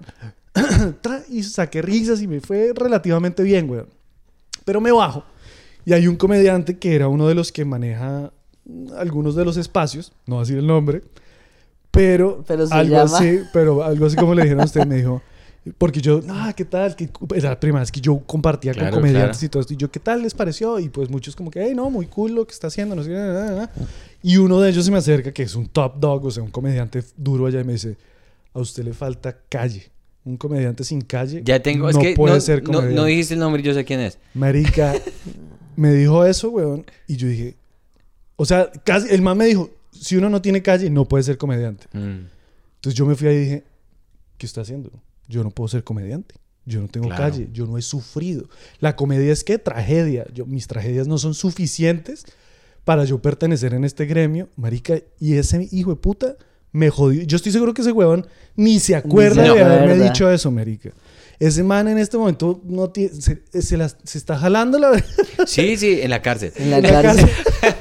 Tra, y saqué risas y me fue relativamente bien, weón. Pero me bajo. Y hay un comediante que era uno de los que maneja algunos de los espacios, no voy a decir el nombre, pero, Pero se algo llama- así, pero algo así como le dijeron a usted, me dijo, porque yo, ah, ¿qué tal? Que era la primera vez que yo compartía Claro, con comediantes claro. y todo esto, y yo, ¿qué tal les pareció? Y pues muchos como que, hey, no, muy cool lo que está haciendo, no sé qué, nada, nada. Y uno de ellos se me acerca, que es un top dog, o sea, un comediante duro allá, y me dice, a usted le falta calle. Un comediante sin calle Ya tengo, es no que puede no, ser no, comediante. no dijiste el nombre y yo sé quién es. Marica, me dijo eso, weón, y yo dije, o sea, casi, el man me dijo, si uno no tiene calle, no puede ser comediante. Mm, Entonces yo me fui ahí y dije, ¿qué está haciendo? Yo no puedo ser comediante. Yo no tengo Claro. calle, yo no he sufrido. La comedia es que tragedia. Yo, mis tragedias no son suficientes para yo pertenecer en este gremio, marica, y ese hijo de puta me jodió. Yo estoy seguro que ese huevón ni se acuerda se de haberme acuerda. dicho eso, marica. Ese man en este momento no tiene, se, se, la- se está jalando la... Sí, sí, en la cárcel. En la en la cárcel.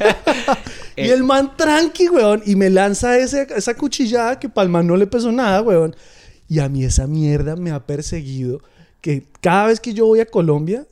y el man tranqui, weón, y me lanza ese, esa cuchillada que para el man no le pesó nada, weón. Y a mí esa mierda me ha perseguido, que cada vez que yo voy a Colombia,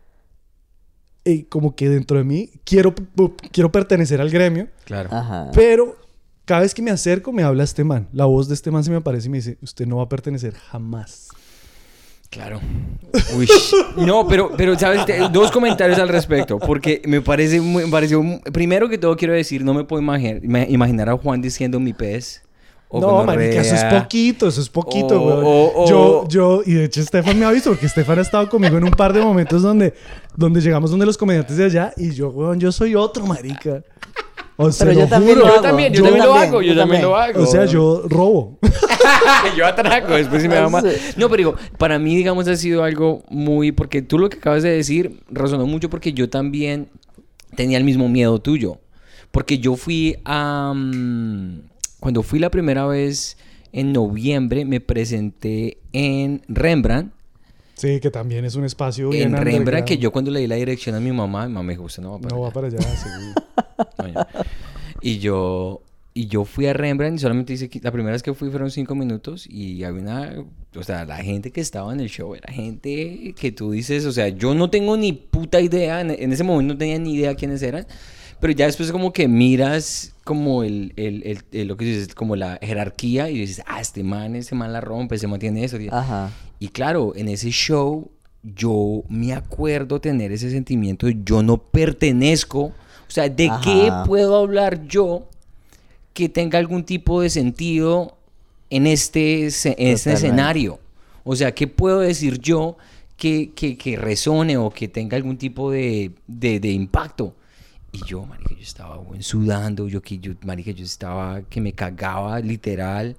eh, como que dentro de mí quiero, pu- quiero pertenecer al gremio, Claro. Ajá. pero cada vez que me acerco me habla este man. La voz de este man se me aparece y me dice, usted no va a pertenecer jamás. Claro. Uy. No, pero, pero ¿sabes? Te- dos comentarios al respecto. Porque me parece muy, me pareció... mu- Primero que todo quiero decir, no me puedo imaginar, ima- imaginar a Juan diciendo mi pez. O No, marica, eso es gonorrea. poquito, eso es poquito, O- weón. o- o- Yo, yo, y de hecho Estefan me ha visto, porque Estefan ha estado conmigo en un par de momentos donde, donde llegamos donde los comediantes de allá, y yo, weón, yo soy otro, marica. O sea, Pero yo lo también juro. lo Yo hago. también, yo, Yo también lo también, hago, yo, yo también lo también. hago. O sea, yo robo. Yo atraco, después si me va mal. No, pero digo, para mí, digamos, ha sido algo muy... Porque tú lo que acabas de decir resonó mucho porque yo también tenía el mismo miedo tuyo. Porque yo fui a... mm, cuando fui la primera vez en noviembre, me presenté en Rembrandt. Sí, que también es un espacio bien En Rembrandt, underground. que yo cuando le di la dirección a mi mamá, mi mamá me dijo, usted no va para No allá". va para allá, seguro. Coño. Y yo, y yo fui a Rembrandt y solamente hice, qui- la primera vez que fui fueron cinco minutos y había una, o sea, la gente que estaba en el show era gente que tú dices, o sea, yo no tengo ni puta idea, en, en ese momento no tenía ni idea quiénes eran, pero ya después como que miras como el, el, el- el- lo que dices, como la jerarquía y dices, ah, este man, este man la rompe, este man tiene eso. Ajá. Y claro, en ese show yo me acuerdo tener ese sentimiento de yo no pertenezco. O sea, ¿de Ajá. qué puedo hablar yo que tenga algún tipo de sentido en este, esce- en este Totalmente. escenario? O sea, ¿qué puedo decir yo que, que, que resone o que tenga algún tipo de, de, de impacto? Y yo, marica, yo estaba bueno, sudando, yo que yo, marica, yo estaba que me cagaba literal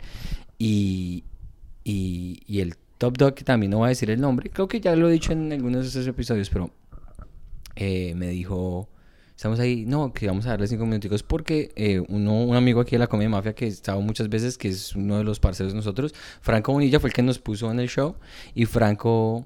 y, y, y el Top Dog, que también no voy a decir el nombre, creo que ya lo he dicho en algunos de esos episodios, pero eh, me dijo, estamos ahí, no, que vamos a darle cinco minuticos porque eh, uno, un amigo aquí de la Comedia Mafia que estaba muchas veces, que es uno de los parceros de nosotros, Franco Bonilla fue el que nos puso en el show y Franco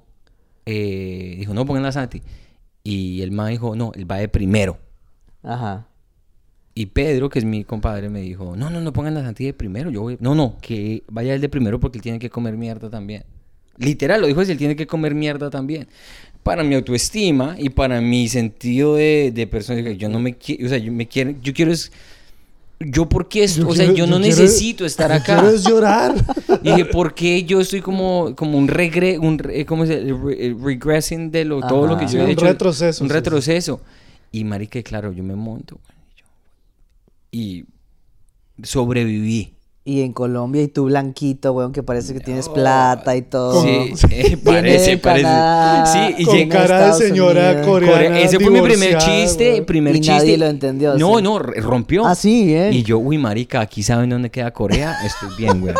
eh, dijo, no, pongan la Santi. Y el man dijo, no, él va de primero. Ajá. Y Pedro, que es mi compadre, me dijo, no, no, no pongan la Santi de primero. Yo voy... No, no, que vaya él de primero porque él tiene que comer mierda también. Literal, lo dijo así, él tiene que comer mierda también. Para mi autoestima y para mi sentido de, de persona, yo no me quiero, o sea, yo me quiero, yo quiero es... Yo por qué, es- Yo o sea, quiero- yo no quiero- necesito estar yo acá. quiero es llorar. Y dije, ¿por qué yo estoy como, como un regre, un, re- ¿cómo se dice? Re- eh, regressing de lo, todo lo que Ajá. yo Sí, he un hecho? retroceso, Un sí, sí. retroceso. Y marica, claro, yo me monto, güey, y sobreviví. Y en Colombia y tú blanquito, weón, que parece que tienes plata y todo. Sí, Con- eh, Viene parece, de parece. Canadá, Sí, y Con llegué- viene de cara de Estados señora Unidos. coreana. Corea- ese fue mi primer divorciada, chiste, güey. primer Y chiste. nadie lo entendió, No, sí. no, r- rompió. Ah, sí, bien. Y yo, uy, marica, aquí saben dónde queda Corea, estoy bien, güey.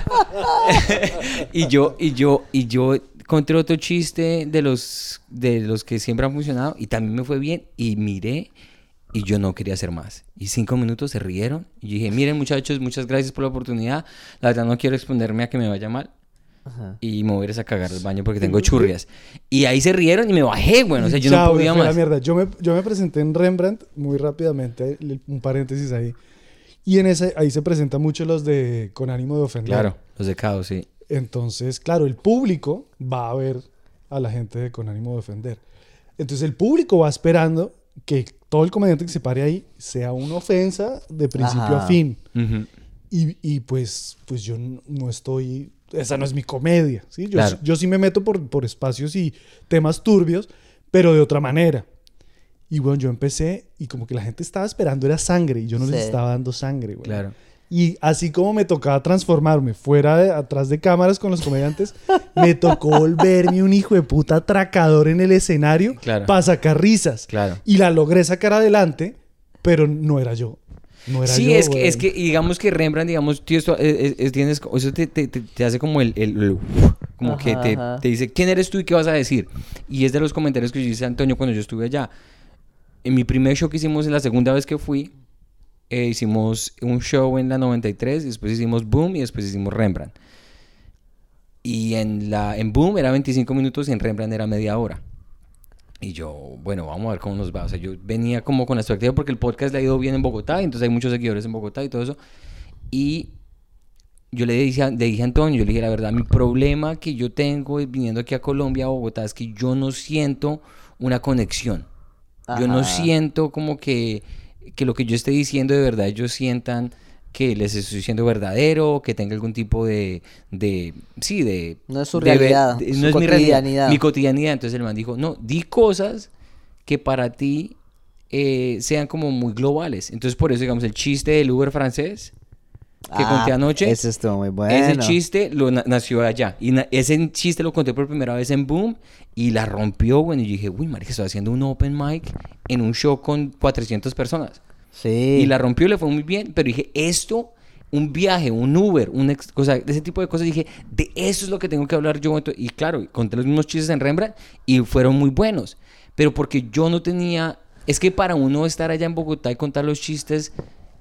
y yo, y yo, y yo encontré otro chiste de los, de los que siempre han funcionado y también me fue bien y miré y yo no quería hacer más. Y cinco minutos se rieron y yo dije, miren muchachos, muchas gracias por la oportunidad. La verdad no quiero exponerme a que me vaya mal. Ajá. Y me voy a ir a cagar al baño porque tengo churrias. Y ahí se rieron y me bajé, bueno, o sea, yo Ya, no güey, podía fue la más. mierda. Yo me, yo me presenté en Rembrandt muy rápidamente, el- un paréntesis ahí. Y en ese, ahí se presentan mucho los de Con ánimo de ofender. Claro, los de Caos, sí. Entonces, claro, el público va a ver a la gente de Con Ánimo de Ofender. Entonces el público va esperando que todo el comediante que se pare ahí sea una ofensa de principio Ajá. a fin. Ujú. Y, y pues, pues yo no no estoy... Esa no es mi comedia, ¿sí? Yo, Claro. yo sí me meto por, por espacios y temas turbios, pero de otra manera. Y bueno, yo empecé y como que la gente estaba esperando era sangre y yo no les Sí. estaba dando sangre, güey. Claro. Y así como me tocaba transformarme fuera de, atrás de cámaras con los comediantes, me tocó volverme un hijo de puta atracador en el escenario Claro. para sacar risas. Claro. Y la logré sacar adelante, pero no era yo. No era Sí, yo, es que, güey. es que digamos que Rembrandt, digamos, tío, esto, es- es- es- tienes, eso te, te, te- te hace como el, el- el- como Ajá, que te, ajá. te dice, ¿quién eres tú y qué vas a decir? Y es de los comentarios que yo hice a Antonio cuando yo estuve allá. En mi primer show que hicimos, en la segunda vez que fui, eh, hicimos un show en la noventa y tres, y después hicimos Boom y después hicimos Rembrandt. Y en, la, en Boom era veinticinco minutos y en Rembrandt era media hora. Y yo, bueno, vamos a ver cómo nos va. O sea, yo venía como con la expectativa porque el podcast le ha ido bien en Bogotá, y entonces hay muchos seguidores en Bogotá y todo eso. Y yo le dije, a- le dije a Antonio, yo le dije la verdad, mi problema que yo tengo viniendo aquí a Colombia, a Bogotá, es que yo no siento una conexión. Yo no Ajá. siento como que, que lo que yo esté diciendo de verdad ellos sientan que les estoy diciendo verdadero, que tenga algún tipo de, de sí, de... No es su de ver- realidad, de- su no es mi realidad, cotidianidad. mi cotidianidad. Entonces el man dijo, no, di cosas que para ti eh, sean como muy globales. Entonces por eso, digamos, el chiste del Uber francés que Ah, conté anoche, Ese estuvo muy bueno. ese chiste lo na- nació allá. Y na- ese chiste lo conté por primera vez en Boom y la rompió, bueno, y yo dije, uy, marica, estoy haciendo un open mic en un show con cuatrocientas personas. Sí. Y la rompió, le fue muy bien, pero dije, esto, un viaje, un Uber, un ex- o sea, de ese tipo de cosas, dije, de eso es lo que tengo que hablar yo. Ento- Y claro, conté los mismos chistes en Rembrandt y fueron muy buenos, pero porque yo no tenía, es que para uno estar allá en Bogotá y contar los chistes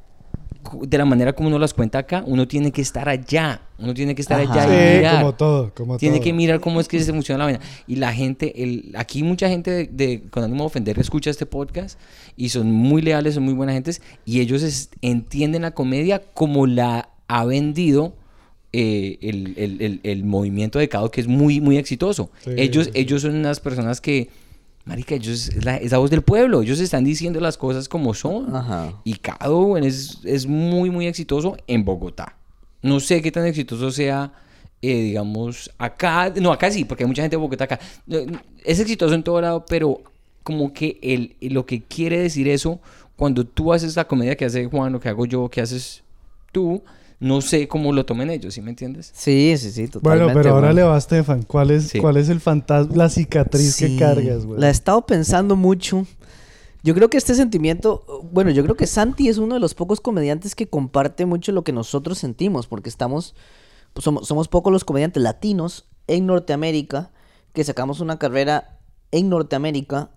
cu- de la manera como uno las cuenta acá, uno tiene que estar allá, uno tiene que estar Ajá. allá Sí, y mirar. como todo, como Tiene todo. que mirar cómo es que se funciona la vaina. Y la gente, el, aquí mucha gente de, de- con ánimo de ofender escucha este podcast y son muy leales, son muy buenas gentes y ellos es- entienden la comedia como la ha vendido eh, el, el- el- el movimiento de Cado, que es muy, muy exitoso. Sí, ellos, sí. ellos son unas personas que, marica, ellos es la, es la voz del pueblo, ellos están diciendo las cosas como son. Ajá. Y Cado, bueno, es, es muy, muy exitoso en Bogotá. No sé qué tan exitoso sea, eh, digamos, acá. No, acá sí, porque hay mucha gente de Bogotá acá. No, no, Es exitoso en todo lado, pero como que el, lo que quiere decir eso, cuando tú haces la comedia que hace Juan, lo que hago yo, que haces tú, no sé cómo lo tomen ellos, ¿sí me entiendes? Sí, sí, sí, totalmente. Bueno, pero ahora weón. le va a Stefan. ¿Cuál es, Sí. ¿cuál es el fantasma, la cicatriz Sí, que cargas, güey? La he estado pensando mucho. Yo creo que este sentimiento, bueno, yo creo que Santi es uno de los pocos comediantes que comparte mucho lo que nosotros sentimos, porque estamos, pues somos, somos pocos los comediantes latinos en Norteamérica que sacamos una carrera en Norteamérica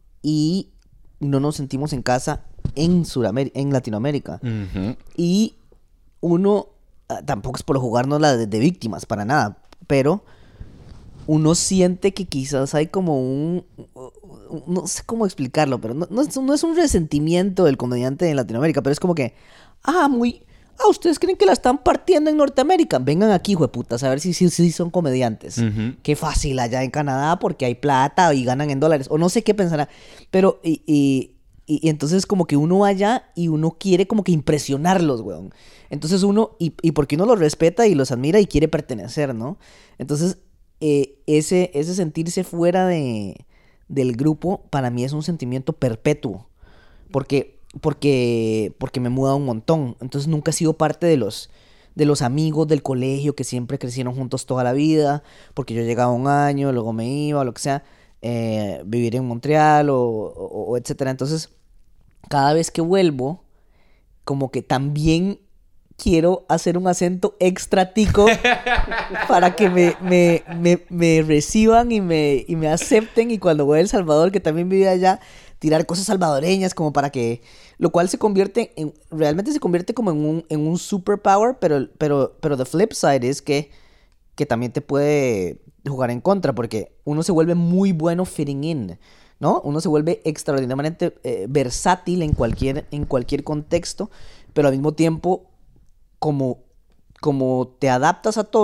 y no nos sentimos en casa en Sudamérica, en Latinoamérica. Y uno, ah, tampoco es por jugarnos la de, de víctimas, para nada, pero uno siente que quizás hay como un, un- no sé cómo explicarlo, pero no, no es, no es un resentimiento del comediante en Latinoamérica, pero es como que, ah, muy, ah, ustedes creen que la están partiendo en Norteamérica, vengan aquí, hijueputas, a ver si sí si, si son comediantes. Ujú. Qué fácil allá en Canadá porque hay plata y ganan en dólares, o no sé qué pensará, pero, y, y, y- y entonces como que uno va allá y uno quiere como que impresionarlos, weón. Entonces uno, y, y porque uno los respeta y los admira y quiere pertenecer, ¿no? Entonces, eh, ese, ese sentirse fuera de, del grupo, para mí es un sentimiento perpetuo. Porque, porque, porque me he mudado un montón. Entonces nunca he sido parte de los, de los amigos del colegio que siempre crecieron juntos toda la vida. Porque yo llegaba un año, luego me iba, o lo que sea. Eh, vivir en Montreal o, o- o etcétera. Entonces, cada vez que vuelvo, como que también quiero hacer un acento extra tico para que me, me, me, me reciban y me, y me acepten. Y cuando voy a El Salvador, que también vivía allá, tirar cosas salvadoreñas como para que... Lo cual se convierte en... Realmente se convierte como en un, en un superpower, pero, pero, pero the flip side es que, que también te puede jugar en contra, porque uno se vuelve muy bueno fitting in, ¿no? Uno se vuelve extraordinariamente eh, versátil en cualquier, en cualquier contexto, pero al mismo tiempo, como, como te adaptas a todo,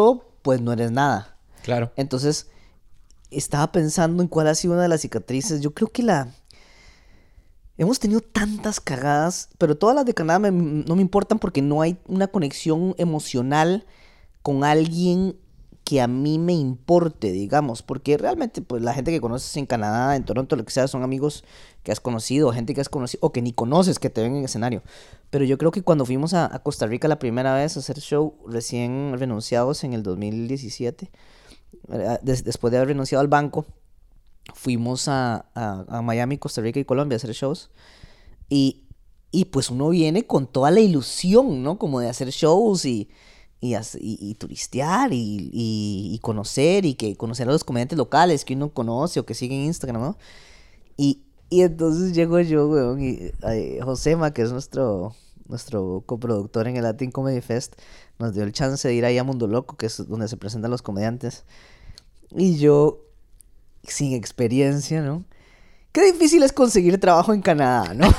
pues no eres nada. Claro. Entonces, estaba pensando en cuál ha sido una de las cicatrices. Yo creo que la... Hemos tenido tantas cagadas, pero todas las de Canadá me- no me importan porque no hay una conexión emocional con alguien que a mí me importe, digamos, porque realmente pues la gente que conoces en Canadá, en Toronto, lo que sea, son amigos que has conocido, gente que has conocido o que ni conoces, que te ven en escenario. Pero yo creo que cuando fuimos a, a Costa Rica la primera vez a hacer show, recién renunciados en el dos mil diecisiete, eh, des- después de haber renunciado al banco, fuimos a, a, a Miami, Costa Rica y Colombia a hacer shows. Y, y pues uno viene con toda la ilusión, ¿no? Como de hacer shows y, y, hace- y- y turistear y, y- y conocer y que conocer a los comediantes locales que uno conoce o que sigue en Instagram, ¿no? Y, y entonces llego yo, weón, y eh, Josema, que es nuestro, nuestro coproductor en el Latin Comedy Fest, nos dio el chance de ir ahí a Mundo Loco, que es donde se presentan los comediantes. Y yo, sin experiencia, ¿no? Qué difícil es conseguir trabajo en Canadá, ¿no?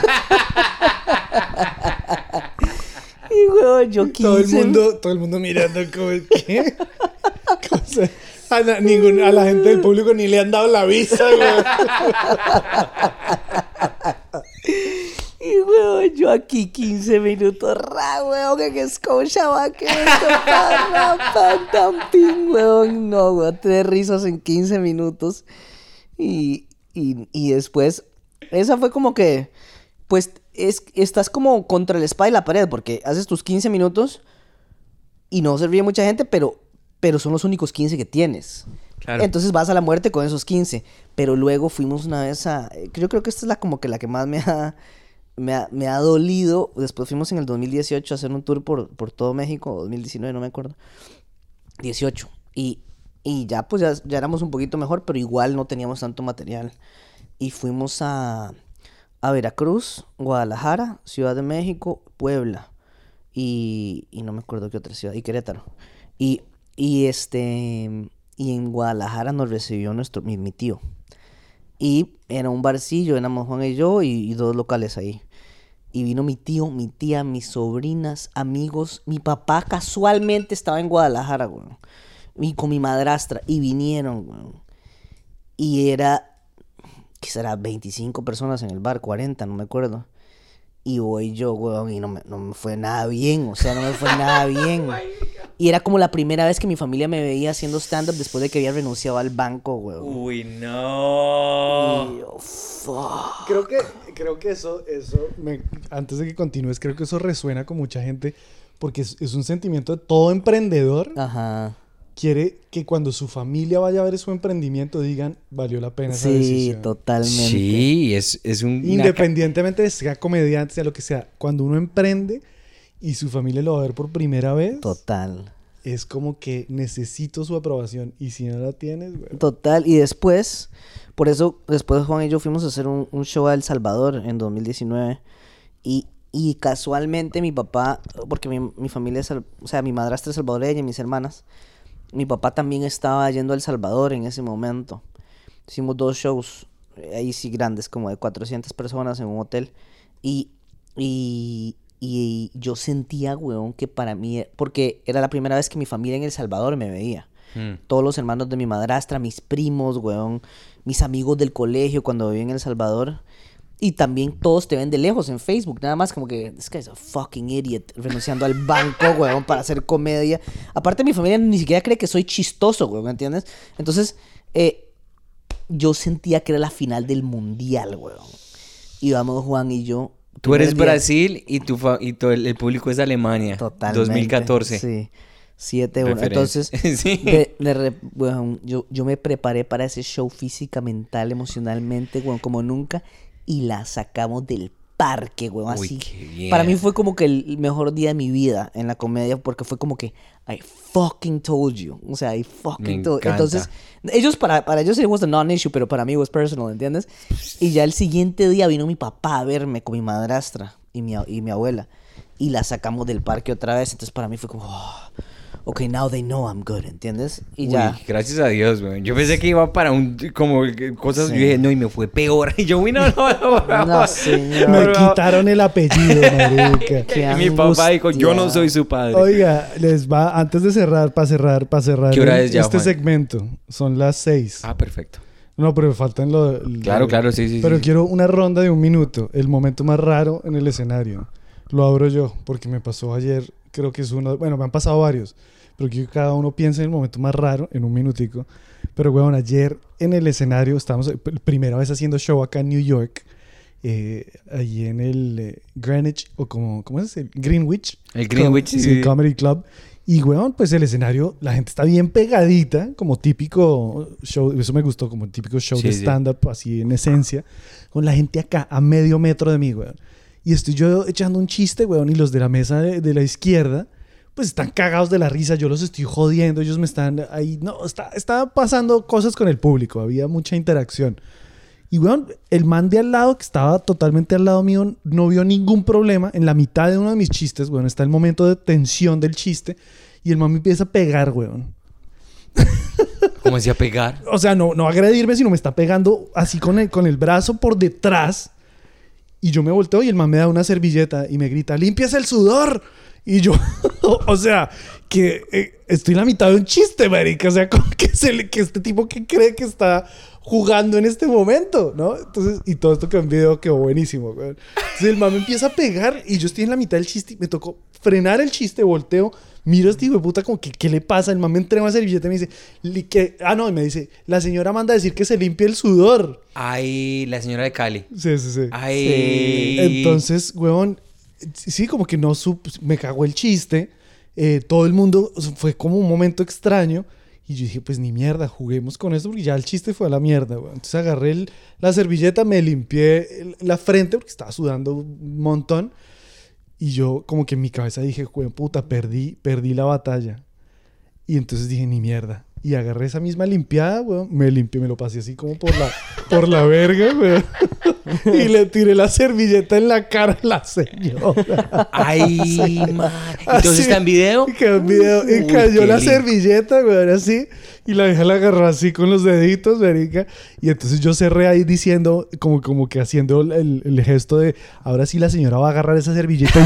Y, weón, yo quise... Todo el mundo, todo el mundo mirando como, ¿qué? Cosa- A la, ningún- a la gente del público ni le han dado la visa, güey. Y, weón, yo aquí quince minutos, ra, weón, en Scotiabank, que esto, pa, ra, pa, tam, ping, weón. No, weón, tres risas en quince minutos. Y, y, y después, esa fue como que, pues, es, estás como contra el espada y la pared, porque haces tus quince minutos y no se ríe mucha gente, pero, pero son los únicos quince que tienes. Claro. Entonces vas a la muerte con esos quince. Pero luego fuimos una vez a... Yo creo que esta es la como que la que más me ha, me ha, me ha dolido. Después fuimos en el dos mil dieciocho a hacer un tour por, por todo México. dos mil diecinueve, no me acuerdo. dieciocho. Y, y ya pues ya, ya éramos un poquito mejor, pero igual no teníamos tanto material. Y fuimos a, a Veracruz, Guadalajara, Ciudad de México, Puebla. Y, y no me acuerdo qué otra ciudad. Y Querétaro. Y, y este... Y en Guadalajara nos recibió nuestro, mi, mi tío. Y era un barcillo, éramos Juan y yo y, y dos locales ahí. Y vino mi tío, mi tía, mis sobrinas, amigos. Mi papá casualmente estaba en Guadalajara, güey. Y con mi madrastra. Y vinieron, güey. Y era, ¿qué será? veinticinco personas en el bar, cuarenta, no me acuerdo. Y voy yo, güey, y no me, no me fue nada bien. O sea, no me fue nada bien. Y era como la primera vez que mi familia me veía haciendo stand-up después de que había renunciado al banco, güey. Uy, no. Y yo, fuck. Creo que, creo que eso, eso me- antes de que continúes, creo que eso resuena con mucha gente porque es, es un sentimiento de todo emprendedor. Ajá. Quiere que cuando su familia vaya a ver su emprendimiento digan, valió la pena esa Sí, decisión. totalmente. Sí, es, es un... una Independientemente de sea comediante, sea lo que sea, cuando uno emprende y su familia lo va a ver por primera vez, Total. es como que necesito su aprobación. Y si no la tienes, güey. Total. Y después, por eso, después Juan y yo fuimos a hacer un, un show a El Salvador en dos mil diecinueve. Y, y casualmente mi papá, porque mi, mi familia es, sal- o sea, mi madrastra es salvadoreña y mis hermanas, mi papá también estaba yendo a El Salvador en ese momento. Hicimos dos shows, eh, ahí sí grandes, como de cuatrocientas personas en un hotel. Y, y, y yo sentía, weón, que para mí, porque era la primera vez que mi familia en El Salvador me veía. Mm. Todos los hermanos de mi madrastra, mis primos, weón, mis amigos del colegio cuando viví en El Salvador. Y también todos te ven de lejos en Facebook, nada más como que, this guy's a fucking idiot, renunciando al banco, weón, para hacer comedia. Aparte, mi familia ni siquiera cree que soy chistoso, weón, ¿entiendes? Entonces, eh, yo sentía que era la final del mundial, weón. Íbamos Juan y yo. Tú primer eres día- Brasil y, tu fa- y todo el, el público es de Alemania. Totalmente. dos mil catorce. Sí. siete uno. Referencia. Entonces, Sí. de- de re- weón, yo, yo me preparé para ese show física, mental, emocionalmente, weón, como nunca. Y la sacamos del parque, weón, Uy, así. qué bien. Para mí fue como que el mejor día de mi vida en la comedia, porque fue como que I fucking told you. O sea, I fucking Me told encanta. Entonces, ellos, para, para ellos it was a non-issue, pero para mí was personal, ¿entiendes? Y ya el siguiente día vino mi papá a verme con mi madrastra y mi, a- y mi abuela. Y la sacamos del parque otra vez. Entonces, para mí fue como, oh, ok, now they know I'm good, ¿entiendes? Y Uy, ya. gracias a Dios, güey. Yo pensé que iba para un, como cosas, Sí. yo dije, no, y me fue peor. Y yo, uy, no, no, no, no. No, señor. Me Bro. quitaron el apellido, marica. Qué Y mi papá dijo, yo no angustia. soy su padre. Oiga, les va, antes de cerrar, para cerrar, para cerrar ¿Qué hora el- es ya, este Juan? segmento, son las seis. Ah, perfecto. No, pero me faltan lo... lo- Claro, claro, sí, sí, Pero sí. quiero una ronda de un minuto, el momento más raro en el escenario. Lo abro yo, porque me pasó ayer, creo que es uno... Bueno, me han pasado varios, pero quiero que cada uno piense en el momento más raro en un minutico. Pero, weón, ayer en el escenario, estábamos eh, primera vez haciendo show acá en New York, eh, allí en el eh, Greenwich, o como, ¿cómo es? El Greenwich. El Greenwich, Com- sí. sí, Comedy Club. Y, weón, pues el escenario, la gente está bien pegadita, como típico show, eso me gustó, como típico show Sí, de sí. stand-up, así en esencia, con la gente acá, a medio metro de mí, weón. Y estoy yo echando un chiste, weón, y los de la mesa de, de la izquierda, pues están cagados de la risa, yo los estoy jodiendo, ellos me están ahí, no, está, está pasando cosas con el público, había mucha interacción. Y, weón, el man de al lado, que estaba totalmente al lado mío, no vio ningún problema. En la mitad de uno de mis chistes, weón, está el momento de tensión del chiste. Y el man me empieza a pegar, weón. ¿Cómo decía pegar? O sea, no, no agredirme, sino me está pegando así con el, con el brazo por detrás. Y yo me volteo y el man me da una servilleta y me grita, ¡limpias el sudor! Y yo, o sea, que eh, estoy en la mitad de un chiste, marica. O sea, como que, se le, que este tipo que cree que está jugando en este momento, ¿no? Entonces, y todo esto que en video quedó buenísimo, güey. Entonces el man me empieza a pegar y yo estoy en la mitad del chiste y me tocó frenar el chiste, volteo, miro a este hijo de puta como que, ¿qué le pasa? El man me entrega una servilleta y me dice, "Li- que, ah, no, y me dice, la señora manda a decir que se limpie el sudor. Ay, la señora de Cali. Sí, sí, sí. Ay. Sí. Entonces, huevón, sí, como que no sup me cagó el chiste. Eh, todo el mundo, o sea, fue como un momento extraño. Y yo dije, pues ni mierda, juguemos con esto porque ya el chiste fue a la mierda, weón. Entonces agarré el- la servilleta, me limpié el- la frente porque estaba sudando un montón. Y yo como que en mi cabeza dije, weón, puta, perdí, perdí la batalla. Y entonces dije, ni mierda. Y agarré esa misma limpiada, weón. Me limpié, me lo pasé así como por la, por la verga, weón. Y le tiré la servilleta en la cara a la señora. Ay, man. Entonces Así, está en video. Y quedó en video. Y Uy, cayó qué la lindo. servilleta, weón, así. Y la vieja la agarró así con los deditos, verica. Y entonces yo cerré ahí diciendo, como, como que haciendo el, el gesto de, ahora sí la señora va a agarrar esa servilleta.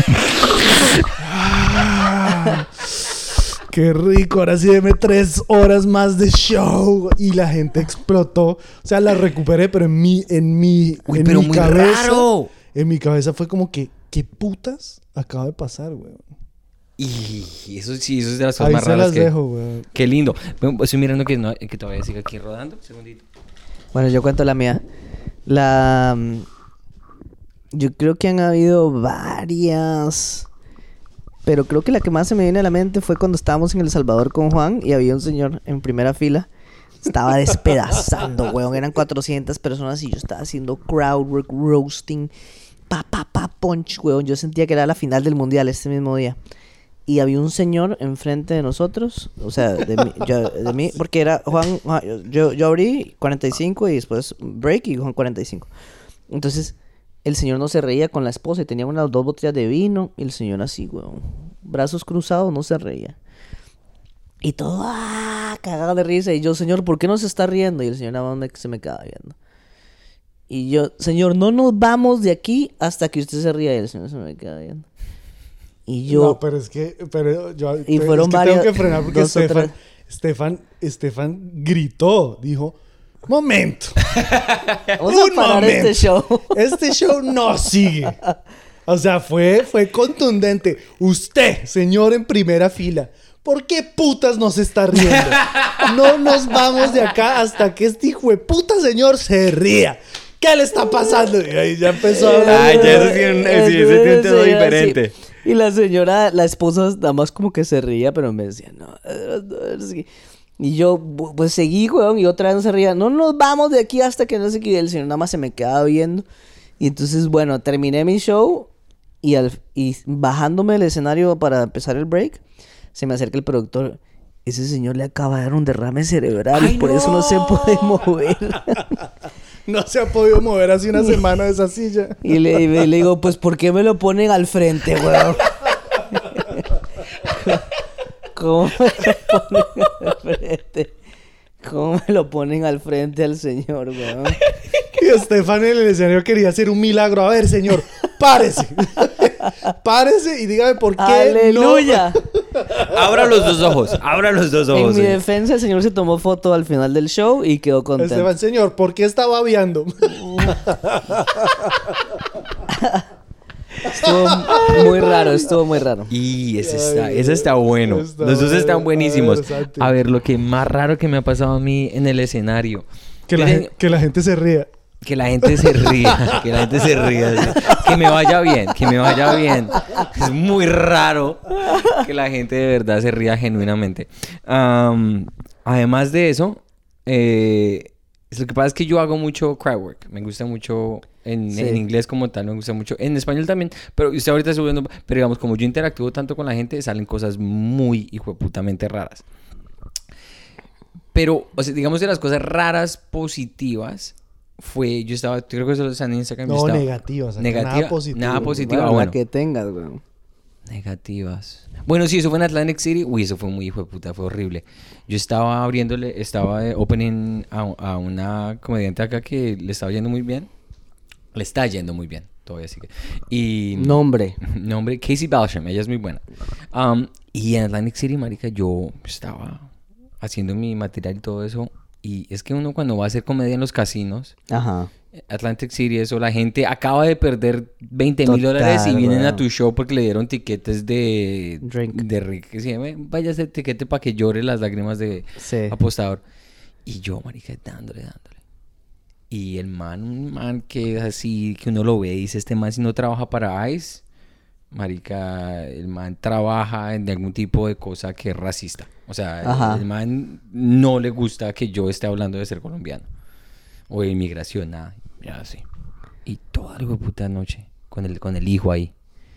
Ah, qué rico, ahora sí deme tres horas más de show. Y la gente explotó. O sea, la recuperé, pero en mi, en mi, Uy, en pero mi muy cabeza. raro. En mi cabeza fue como que, ¿qué putas acaba de pasar, weón? Y eso sí, eso es de las cosas Ahí más se raras las que... dejo, weón. Qué lindo. Bueno, estoy mirando que, no, que todavía sigue aquí rodando. Un segundito. Bueno, yo cuento la mía. La... mm, Yo creo que han habido varias. Pero creo que la que más se me viene a la mente fue cuando estábamos en El Salvador con Juan y había un señor en primera fila. Estaba despedazando, weón. Eran cuatrocientas personas y yo estaba haciendo crowd work, roasting, pa, pa, pa, punch, weón. Yo sentía que era la final del mundial ese mismo día. Y había un señor enfrente de nosotros, o sea, de mí, yo- de mí porque era Juan, Juan- yo, yo abrí cuarenta y cinco y después break y Juan cuarenta y cinco. Entonces, el señor no se reía con la esposa y tenía unas dos botellas de vino y el señor así, weón, brazos cruzados, no se reía. Y todo, ah, cagado de risa. Y yo, señor, ¿por qué no se está riendo? Y el señor nada más me- se me quedaba viendo. Y yo, señor, no nos vamos de aquí hasta que usted se ría. Y el señor se me queda viendo. Y yo... No, pero es que, pero yo Y pero fueron es que varias- tengo que frenar porque dos o Estefan, tres. Estefan, Estefan gritó, dijo, momento, Vamos a un parar momento. este show. Este show no sigue. O sea, fue, fue contundente. Usted, señor en primera fila, ¿por qué putas nos está riendo? No nos vamos de acá hasta que este hijo de puta señor se ría. ¿Qué le está pasando? Y ahí ya empezó a hablar. Ay, ya eso sí, un- Eh, sí, ese tiene un tono sí, diferente. sí. Y la señora, la esposa, nada más como que se reía, pero me decía, no, eh, no, sí. Y yo, bu- pues seguí, weón, y otra vez no se reía. No nos vamos de aquí hasta que no sé qué. Y el señor nada más se me quedaba viendo. Y entonces, bueno, terminé mi show y, al, y bajándome del escenario para empezar el break, se me acerca el productor. Ese señor le acaba de dar un derrame cerebral ¡Ay, y por no! eso no se puede mover. No se ha podido mover hace una semana de esa silla. Y le, y le digo, pues, ¿por qué me lo ponen al frente, weón? ¿Cómo me lo ponen al frente? ¿Cómo me lo ponen al frente al señor, weón? Y Estefan en el escenario quería hacer un milagro. A ver, señor, párese. Párese y dígame por qué ¡Aleluya! no. Abra los dos ojos, abra los dos ojos. En mi señor. defensa, el señor se tomó foto al final del show y quedó contento. Esteban, señor, ¿por qué está babeando? Estuvo muy raro, estuvo muy raro. Y ese está, Ay, ese está bueno. está Los dos bueno. están buenísimos. A ver, Santi. A ver, lo que más raro que me ha pasado a mí en el escenario. Que la, Miren, gen- que la gente se ría. Que la gente se ría, que la gente se ría. sí. Que me vaya bien, que me vaya bien. Es muy raro que la gente de verdad se ría genuinamente. Am, además de eso, eh, lo que pasa es que yo hago mucho crowd work. Me gusta mucho en, Sí. en inglés como tal, me gusta mucho. En español también, pero usted ahorita está subiendo. Pero digamos, como yo interactúo tanto con la gente, salen cosas muy hijueputamente raras. Pero, o sea, digamos de las cosas raras positivas fue, yo estaba, creo que eso está en Instagram. yo No, estaba- negativas. acá Negativa, Nada positivo. nada positivo. Bueno, Ah, la bueno. que tengas, weón. Negativas. Bueno, sí, eso fue en Atlantic City. Uy, eso fue muy hijo de puta, fue horrible. Yo estaba abriéndole, estaba eh, opening a, a una comediante acá que le estaba yendo muy bien. Le está yendo muy bien, todavía sigue. Y... Nombre. Nombre, Casey Balsham, ella es muy buena. Um, y en Atlantic City, marica, yo estaba haciendo mi material y todo eso. Y es que uno cuando va a hacer comedia en los casinos, Ajá. Atlantic City, eso, la gente acaba de perder veinte mil Total, dólares y vienen a weón. tu show porque le dieron tiquetes de... Drink. De Rick. Que se llama, vaya ese tiquete para que llore las lágrimas de Sí. apostador. Y yo, marica, dándole, dándole. Y el man, un man que es así, que uno lo ve y dice, este man si no trabaja para ICE, marica, el man trabaja en algún tipo de cosa que es racista. O sea, Ajá. el man no le gusta que yo esté hablando de ser colombiano. O de inmigración, nada. Ya así. Y toda la puta noche con el, con el hijo ahí.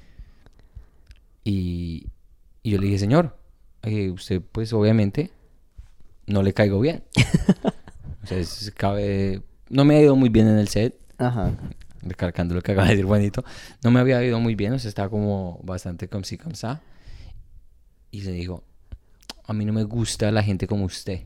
Y, y yo le dije, señor, eh, usted pues obviamente no le caigo bien. O sea, es- cabe... No me ha ido muy bien en el set. Ajá. Recargando lo que acaba de decir Juanito. No me había ido muy bien, o sea, estaba como bastante como si, como sa. Y se dijo, a mí no me gusta la gente como usted.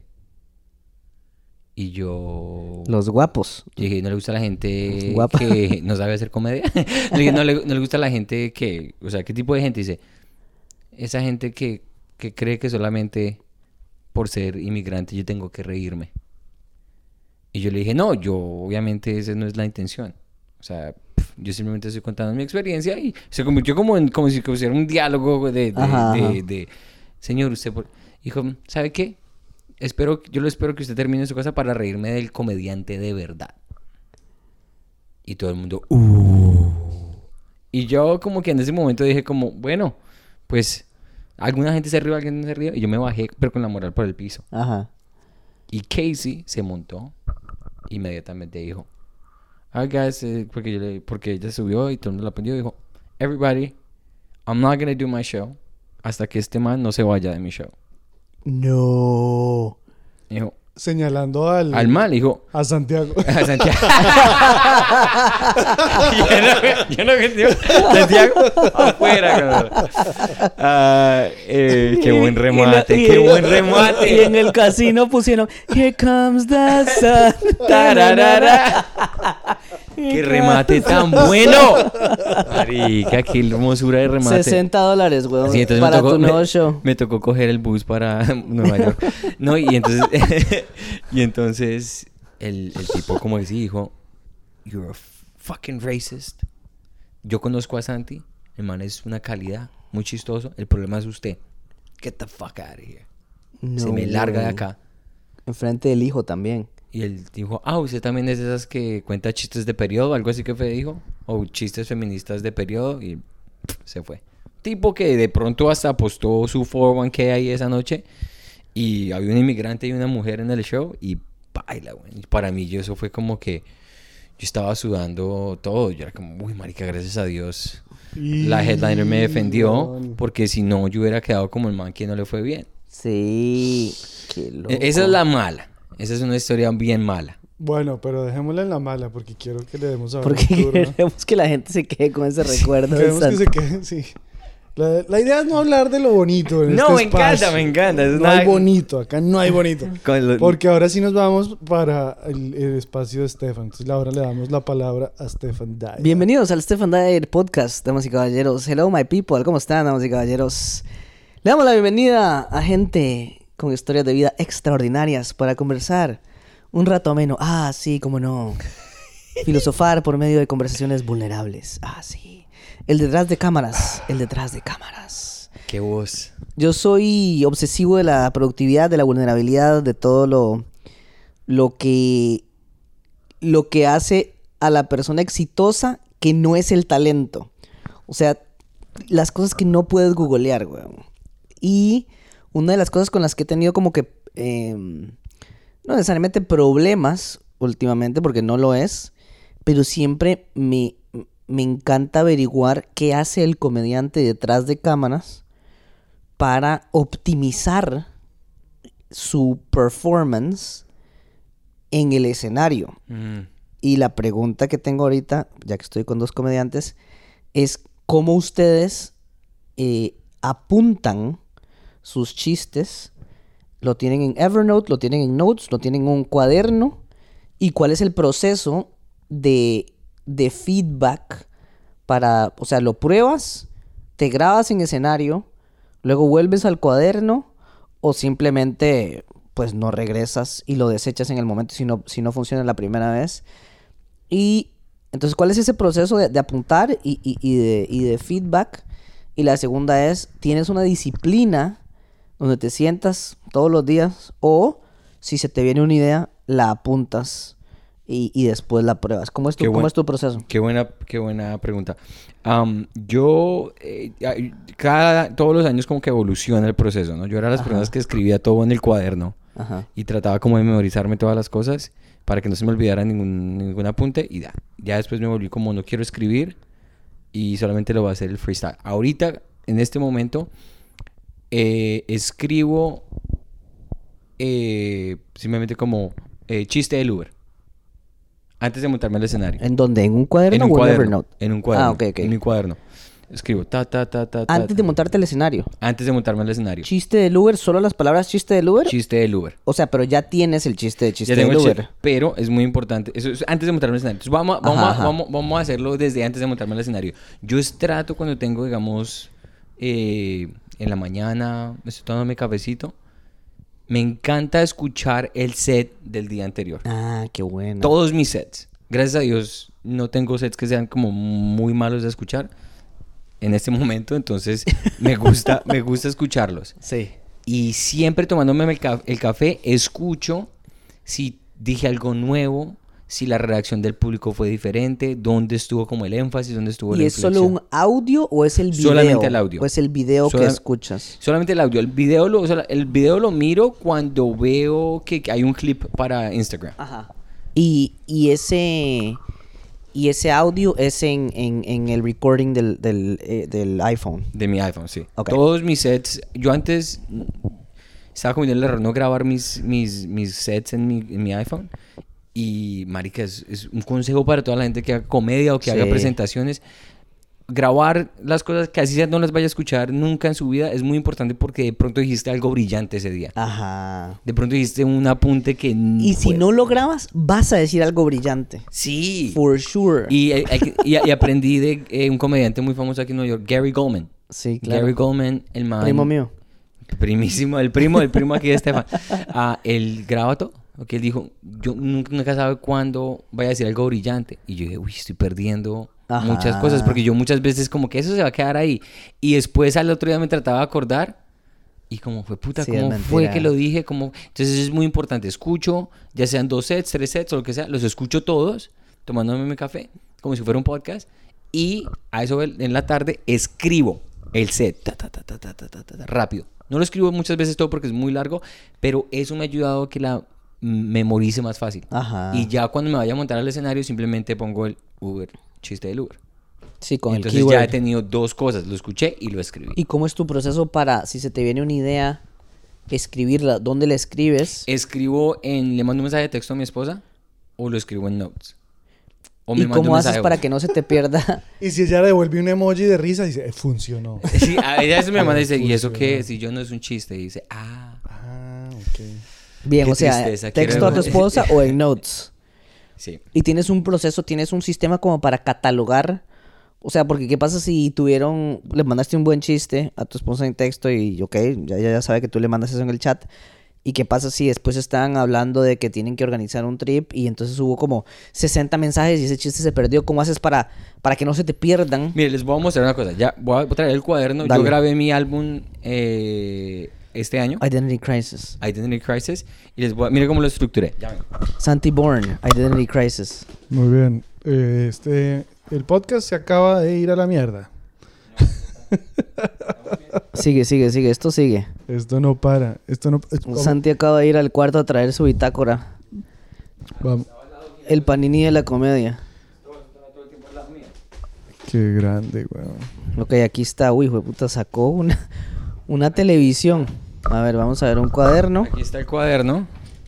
Y yo... Los guapos. Yo dije, no le gusta la gente Guapa. que no sabe hacer comedia. Le dije, no le, no le gusta la gente que... O sea, ¿qué tipo de gente? Dice, esa gente que, que cree que solamente por ser inmigrante yo tengo que reírme. Y yo le dije, no, yo obviamente esa no es la intención. O sea, pf, yo simplemente estoy contando mi experiencia y se convirtió como en como si fuera un diálogo de, de, Ajá, de, ajá. de, señor, usted... por-". Dijo, ¿sabe qué? Espero, yo lo espero que usted termine su casa para reírme del comediante de verdad. Y todo el mundo, uh. Y yo como que en ese momento dije como, bueno, pues alguna gente se rió, alguien no se rió. Y yo me bajé, pero con la moral por el piso. Ajá. Y Casey se montó. Inmediatamente dijo, ah, guys, eh, porque, yo le- porque ella subió y todo el mundo la aprendió. Dijo, everybody, I'm not gonna do my show hasta que este man no se vaya de mi show. No. Dijo, Señalando al... al mal, dijo, A Santiago. a Santiago. yo no, yo no digo, Santiago, afuera, cabrón. Ah, eh, qué buen remate, Y- y- qué y- buen Y remate. en el casino pusieron Here comes the sun. Tararara. Qué remate tan bueno. Marica, qué hermosura de remate. sesenta dólares, weón. Sí, entonces para me tocó, tu nuevo me, show. me tocó coger el bus para Nueva York. No, y entonces, y entonces el, el tipo como que sí dijo, you're a fucking racist. Yo conozco a Santi, el man es una calidad, muy chistoso. El problema es usted. Get the fuck out of here. Se No me larga de way. acá. Enfrente del hijo también. Y él dijo, ah, usted también es de esas que cuenta chistes de periodo, algo así que fue, dijo. O chistes feministas de periodo. Y pff, se fue. Tipo que de pronto hasta apostó su cuatro oh uno k ahí esa noche. Y había un inmigrante y una mujer en el show. Y baila, güey. Y para mí yo eso fue como que yo estaba sudando todo. Yo era como, uy, marica, gracias a Dios. La headliner me defendió. Y- Porque si no, yo hubiera quedado como el man que no le fue bien. Sí. Qué loco. E- Esa es la mala. Esa es una historia bien mala. Bueno, pero dejémosla en la mala porque quiero que le demos a ver Porque un turno. queremos que la gente se quede con ese recuerdo. de Queremos que Santi. se quede, sí. La, la idea es no hablar de lo bonito en No, este me espacio. encanta, me encanta. Es No una- hay bonito, acá no hay bonito. Con lo- Porque ahora sí nos vamos para el, el espacio de Stefan. Entonces ahora le damos la palabra a Stefan Dyer. Bienvenidos al Stefan Dyer Podcast, damas y caballeros. Hello, my people. ¿Cómo están, damas y caballeros? Le damos la bienvenida a gente con historias de vida extraordinarias para conversar un rato ameno. Ah, sí, cómo no. Filosofar por medio de conversaciones vulnerables. Ah, sí. El detrás de cámaras. El detrás de cámaras. Qué voz. Yo soy obsesivo de la productividad, de la vulnerabilidad, de todo lo, lo que, lo que hace a la persona exitosa que no es el talento. O sea, las cosas que no puedes googlear, güey. Y una de las cosas con las que he tenido como que, eh, no necesariamente problemas últimamente, porque no lo es, pero siempre me, me encanta averiguar qué hace el comediante detrás de cámaras para optimizar su performance en el escenario. Mm. Y la pregunta que tengo ahorita, ya que estoy con dos comediantes, es cómo ustedes eh, apuntan sus chistes. Lo tienen en Evernote, lo tienen en Notes, lo tienen en un cuaderno. ¿Y cuál es el proceso de, de feedback para, o sea, lo pruebas, te grabas en escenario, luego vuelves al cuaderno o simplemente pues no regresas y lo desechas en el momento si no, si no funciona la primera vez? Y entonces, ¿cuál es ese proceso de, de apuntar y, y, y, de, y de feedback? Y la segunda es, ¿tienes una disciplina donde te sientas todos los días o si se te viene una idea, la apuntas y, y después la pruebas? ¿Cómo es tu, Qué ¿cómo buen- es tu proceso? Qué buena, qué buena pregunta. Am, yo, eh, ay, cada, todos los años como que evoluciona el proceso, ¿no? Yo era de las Ajá. personas que escribía todo en el cuaderno Ajá. y trataba como de memorizarme todas las cosas para que no se me olvidara ningún, ningún apunte y ya. Ya después me volví como no quiero escribir y solamente lo voy a hacer el freestyle. Ahorita, en este momento, eh, escribo eh, simplemente como eh, chiste del Uber. Antes de montarme al escenario. ¿En dónde? ¿En un cuaderno En un o en cuaderno. Evernote? En un cuaderno. Ah, ok, ok. En mi cuaderno. Escribo ta, ta, ta, ta, ta. Antes de montarte al escenario. Antes de montarme al escenario. ¿Chiste del Uber? ¿Solo las palabras chiste del Uber? Chiste del Uber. O sea, pero ya tienes el chiste de chiste Ya tengo del el Uber. chiste, pero es muy importante. Eso es antes de montarme al escenario. Entonces vamos, a- vamos, Ajá, a- ajá. vamos, vamos a hacerlo desde antes de montarme al escenario. Yo es- trato cuando tengo, digamos, eh, en la mañana, me estoy tomando mi cafecito. Me encanta escuchar el set del día anterior. Ah, qué bueno. Todos mis sets. Gracias a Dios no tengo sets que sean como muy malos de escuchar en este momento, entonces me gusta, me gusta escucharlos. Sí. Y siempre tomándome el, ca- el café, escucho si dije algo nuevo, si la reacción del público fue diferente, dónde estuvo como el énfasis, dónde estuvo la ¿Y es solo inflexión. un audio o es el video? Solamente el audio. ¿O es el video que Sola- escuchas? Solamente el audio. El video lo, o sea, el video lo miro cuando veo que hay un clip para Instagram. Ajá. Y, y ese y ese audio es en, en, en el recording del, del, eh, del iPhone. De mi iPhone, sí. Ok. Todos mis sets. Yo antes mm, estaba cometiendo el error no grabar mis, mis, mis sets en mi, en mi iPhone. Y, marica, es, es un consejo para toda la gente que haga comedia o que Sí. haga presentaciones. Grabar las cosas que así sea no las vaya a escuchar nunca en su vida es muy importante porque de pronto dijiste algo brillante ese día. Ajá. De pronto dijiste un apunte que... Y si no lo grabas, vas a decir algo brillante. Sí. For sure. Y, eh, hay que- y, y aprendí de eh, un comediante muy famoso aquí en Nueva York, Gary Goldman. Sí, claro. Gary Goldman, el man... Primo mío. Primísimo, el primo, el primo aquí de Estefan. Ah, el grabato, que él dijo, yo nunca, nunca sabe cuándo vaya a decir algo brillante. Y yo dije, uy, estoy perdiendo Ajá. muchas cosas, porque yo muchas veces como que eso se va a quedar ahí. Y después al otro día me trataba de acordar. Y como fue, puta, Sí, es ¿cómo fue mentira. que lo dije? ¿Cómo? Entonces es muy importante. Escucho, ya sean dos sets, tres sets o lo que sea, los escucho todos, tomándome mi café, como si fuera un podcast. Y a eso en la tarde escribo el set, ta, ta, ta, ta, ta, ta, ta, ta, rápido. No lo escribo muchas veces todo porque es muy largo, pero eso me ha ayudado a que la memorice más fácil. Ajá. Y ya cuando me vaya a montar al escenario, simplemente pongo el Uber, chiste del Uber. Sí, con Entonces el ya keyword. he tenido dos cosas, lo escuché y lo escribí. ¿Y cómo es tu proceso para, si se te viene una idea, escribirla? ¿Dónde la escribes? ¿Escribo en, le mando un mensaje de texto a mi esposa o lo escribo en Notes? O me ¿Y manda un cómo haces mensaje de para voz. que no se te pierda? Y si ella devuelve un emoji de risa, dice, eh, funcionó. Sí, a ella eso me manda y dice, ¿y eso Funcionó. qué? Si yo no es un chiste. Y dice, ah. Ah, ok. Bien, Qué o sea, tristeza, quiero- texto a tu esposa o en Notes. Sí. Y tienes un proceso, tienes un sistema como para catalogar. O sea, porque ¿qué pasa si tuvieron, le mandaste un buen chiste a tu esposa en texto y, ok, ya, ya ya sabe que tú le mandas eso en el chat? ¿Y qué pasa si después están hablando de que tienen que organizar un trip y entonces hubo como sesenta mensajes y ese chiste se perdió? ¿Cómo haces para, para que no se te pierdan? Mire, les voy a mostrar una cosa. Ya voy a traer el cuaderno. Dale. Yo grabé mi álbum eh, este año, Identity Crisis. Identity Crisis, y les voy a... Mire cómo lo estructuré. Ya vengo. Santi Bourne, Identity Crisis. Muy bien. Eh, este, el podcast se acaba de ir a la mierda. Sigue, sigue, sigue, esto sigue. Esto no para. Esto no... es- vamos- Santi acaba de ir al cuarto a traer su bitácora. vamos. El panini de la comedia. Qué grande, weón. Ok, aquí está. Uy, hijo de puta, sacó una, una televisión. A ver, vamos a ver un cuaderno. Aquí está el cuaderno.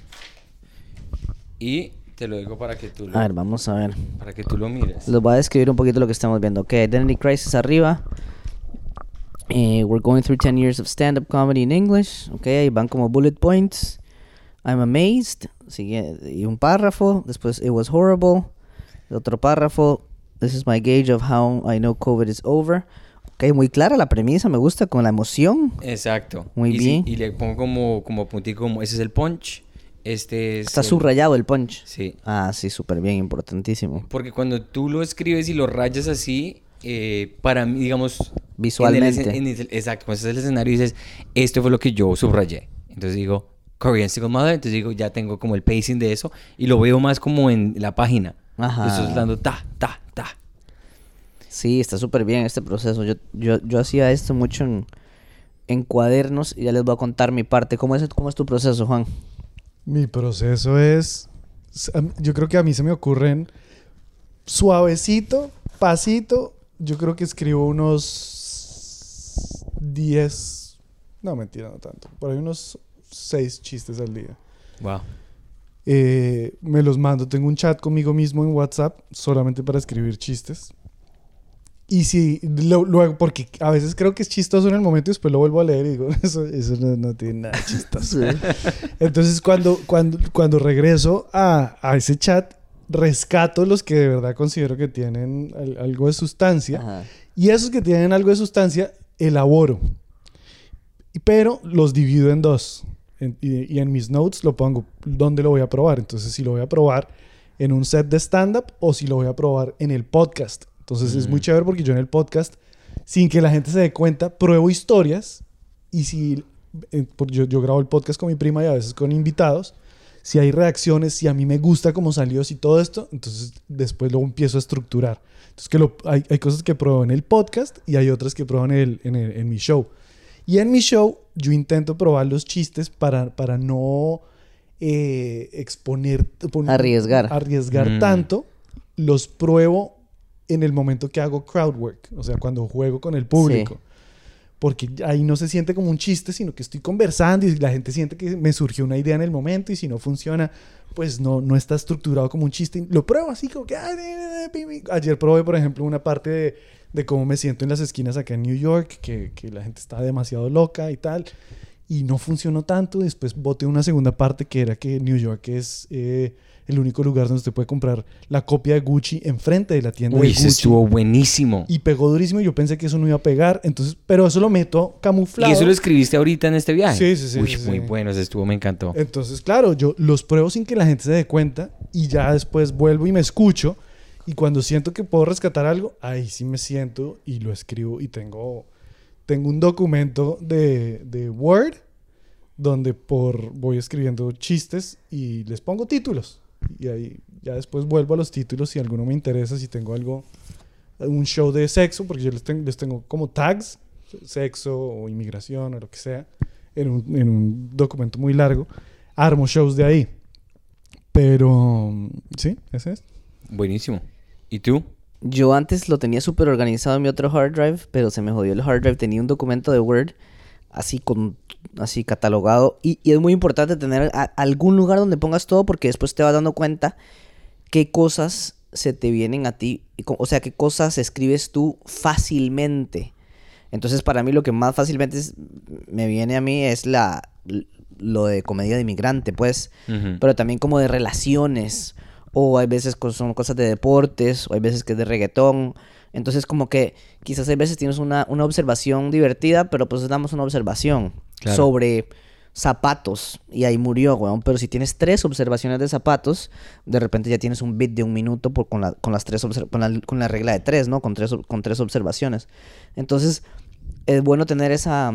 Y te lo digo para que tú lo, A ver, vamos a ver. para que tú lo mires. Les voy a describir un poquito lo que estamos viendo. Ok, Identity Crisis arriba. Eh, we're going through ten years of stand-up comedy in English. Ok, ahí van como bullet points. I'm amazed. Sigue, y un párrafo. Después, it was horrible. Otro párrafo. This is my gauge of how I know COVID is over. Ok, muy clara la premisa. Me gusta con la emoción. Exacto. Muy y bien. sí, y le pongo como, como puntico, como ese es el punch. Este es Está el- subrayado el punch. Sí. Ah, sí, súper bien, importantísimo. Porque cuando tú lo escribes y lo rayas así, eh, para mí, digamos... Visualmente. en el escen- en el- exacto, cuando estás en el escenario y dices, esto fue lo que yo subrayé. Entonces digo, Korean Single Mother, entonces digo, ya tengo como el pacing de eso y lo veo más como en la página. Ajá. Estoy dando ta, ta, ta. Sí, está súper bien este proceso. Yo, yo, yo hacía esto mucho en, en cuadernos y ya les voy a contar mi parte. ¿Cómo es, cómo es tu proceso, Juan? Mi proceso es... Yo creo que a mí se me ocurren suavecito, pasito. Yo creo que escribo unos diez... No, mentira, no tanto. Por ahí unos seis chistes al día. Wow. Eh, me los mando. Tengo un chat conmigo mismo en WhatsApp solamente para escribir chistes. Y si lo, lo hago porque a veces creo que es chistoso en el momento y después lo vuelvo a leer y digo, eso, eso no, no tiene nada de chistoso. Entonces cuando, cuando, cuando regreso a, a ese chat, rescato los que de verdad considero que tienen al- algo de sustancia. Ajá. Y esos que tienen algo de sustancia, elaboro. Y- Pero los divido en dos. En- y, y en mis notes lo pongo dónde lo voy a probar. Entonces, si lo voy a probar en un set de stand-up o si lo voy a probar en el podcast. Entonces, es muy chévere porque yo en el podcast, sin que la gente se dé cuenta, pruebo historias. Y si eh, por- yo, yo grabo el podcast con mi prima y a veces con invitados. Si hay reacciones, si a mí me gusta cómo salió, si todo esto, entonces después lo empiezo a estructurar. Entonces que lo, hay, hay cosas que pruebo en el podcast y hay otras que pruebo en, el, en, el- en mi show. Y en mi show yo intento probar los chistes para, para no eh, exponer... pon- Arriesgar. Arriesgar Mm. tanto. Los pruebo en el momento que hago crowd work. O sea, cuando juego con el público. Sí. Porque ahí no se siente como un chiste, sino que estoy conversando y la gente siente que me surgió una idea en el momento y si no funciona, pues no, no está estructurado como un chiste. Lo pruebo así como que... "Ay, eh, eh, pi, pi". Ayer probé, por ejemplo, una parte de, de cómo me siento en las esquinas acá en New York, que, que la gente está demasiado loca y tal. Y no funcionó tanto. Después boté una segunda parte que era que New York es eh, el único lugar donde usted puede comprar la copia de Gucci enfrente de la tienda Uy, de ese Gucci. estuvo buenísimo. Y pegó durísimo. Yo pensé que eso no iba a pegar. Entonces, pero eso lo meto camuflado. ¿Y eso lo escribiste ahorita en este viaje? Sí, sí, sí, Uy, sí, sí. muy bueno, ese estuvo, me encantó. Entonces, claro, yo los pruebo sin que la gente se dé cuenta y ya después vuelvo y me escucho y cuando siento que puedo rescatar algo, ahí sí me siento y lo escribo y tengo, tengo un documento de, de Word donde por, voy escribiendo chistes y les pongo títulos y ahí ya después vuelvo a los títulos si alguno me interesa, si tengo algo, un show de sexo, porque yo les tengo, les tengo como tags, sexo o inmigración o lo que sea, en un, en un documento muy largo. Armo shows de ahí. Pero, sí, ese es. Buenísimo. ¿Y tú? Yo antes lo tenía súper organizado en mi otro hard drive, pero se me jodió el hard drive. Tenía un documento de Word así con así catalogado. Y, y es muy importante tener a- algún lugar donde pongas todo porque después te vas dando cuenta qué cosas se te vienen a ti, o sea, qué cosas escribes tú fácilmente. Entonces, para mí lo que más fácilmente es, me viene a mí es la lo de comedia de inmigrante, pues, uh-huh. Pero también como de relaciones, o hay veces que son cosas de deportes, o hay veces que es de reggaetón. Entonces, como que quizás hay veces tienes una, una observación divertida, pero pues damos una observación claro. sobre zapatos, y ahí murió, weón. Pero si tienes tres observaciones de zapatos, de repente ya tienes un beat de un minuto por, con, la, con las tres observ- con, la, con la regla de tres, ¿no? Con tres, con tres observaciones. Entonces, es bueno tener esa,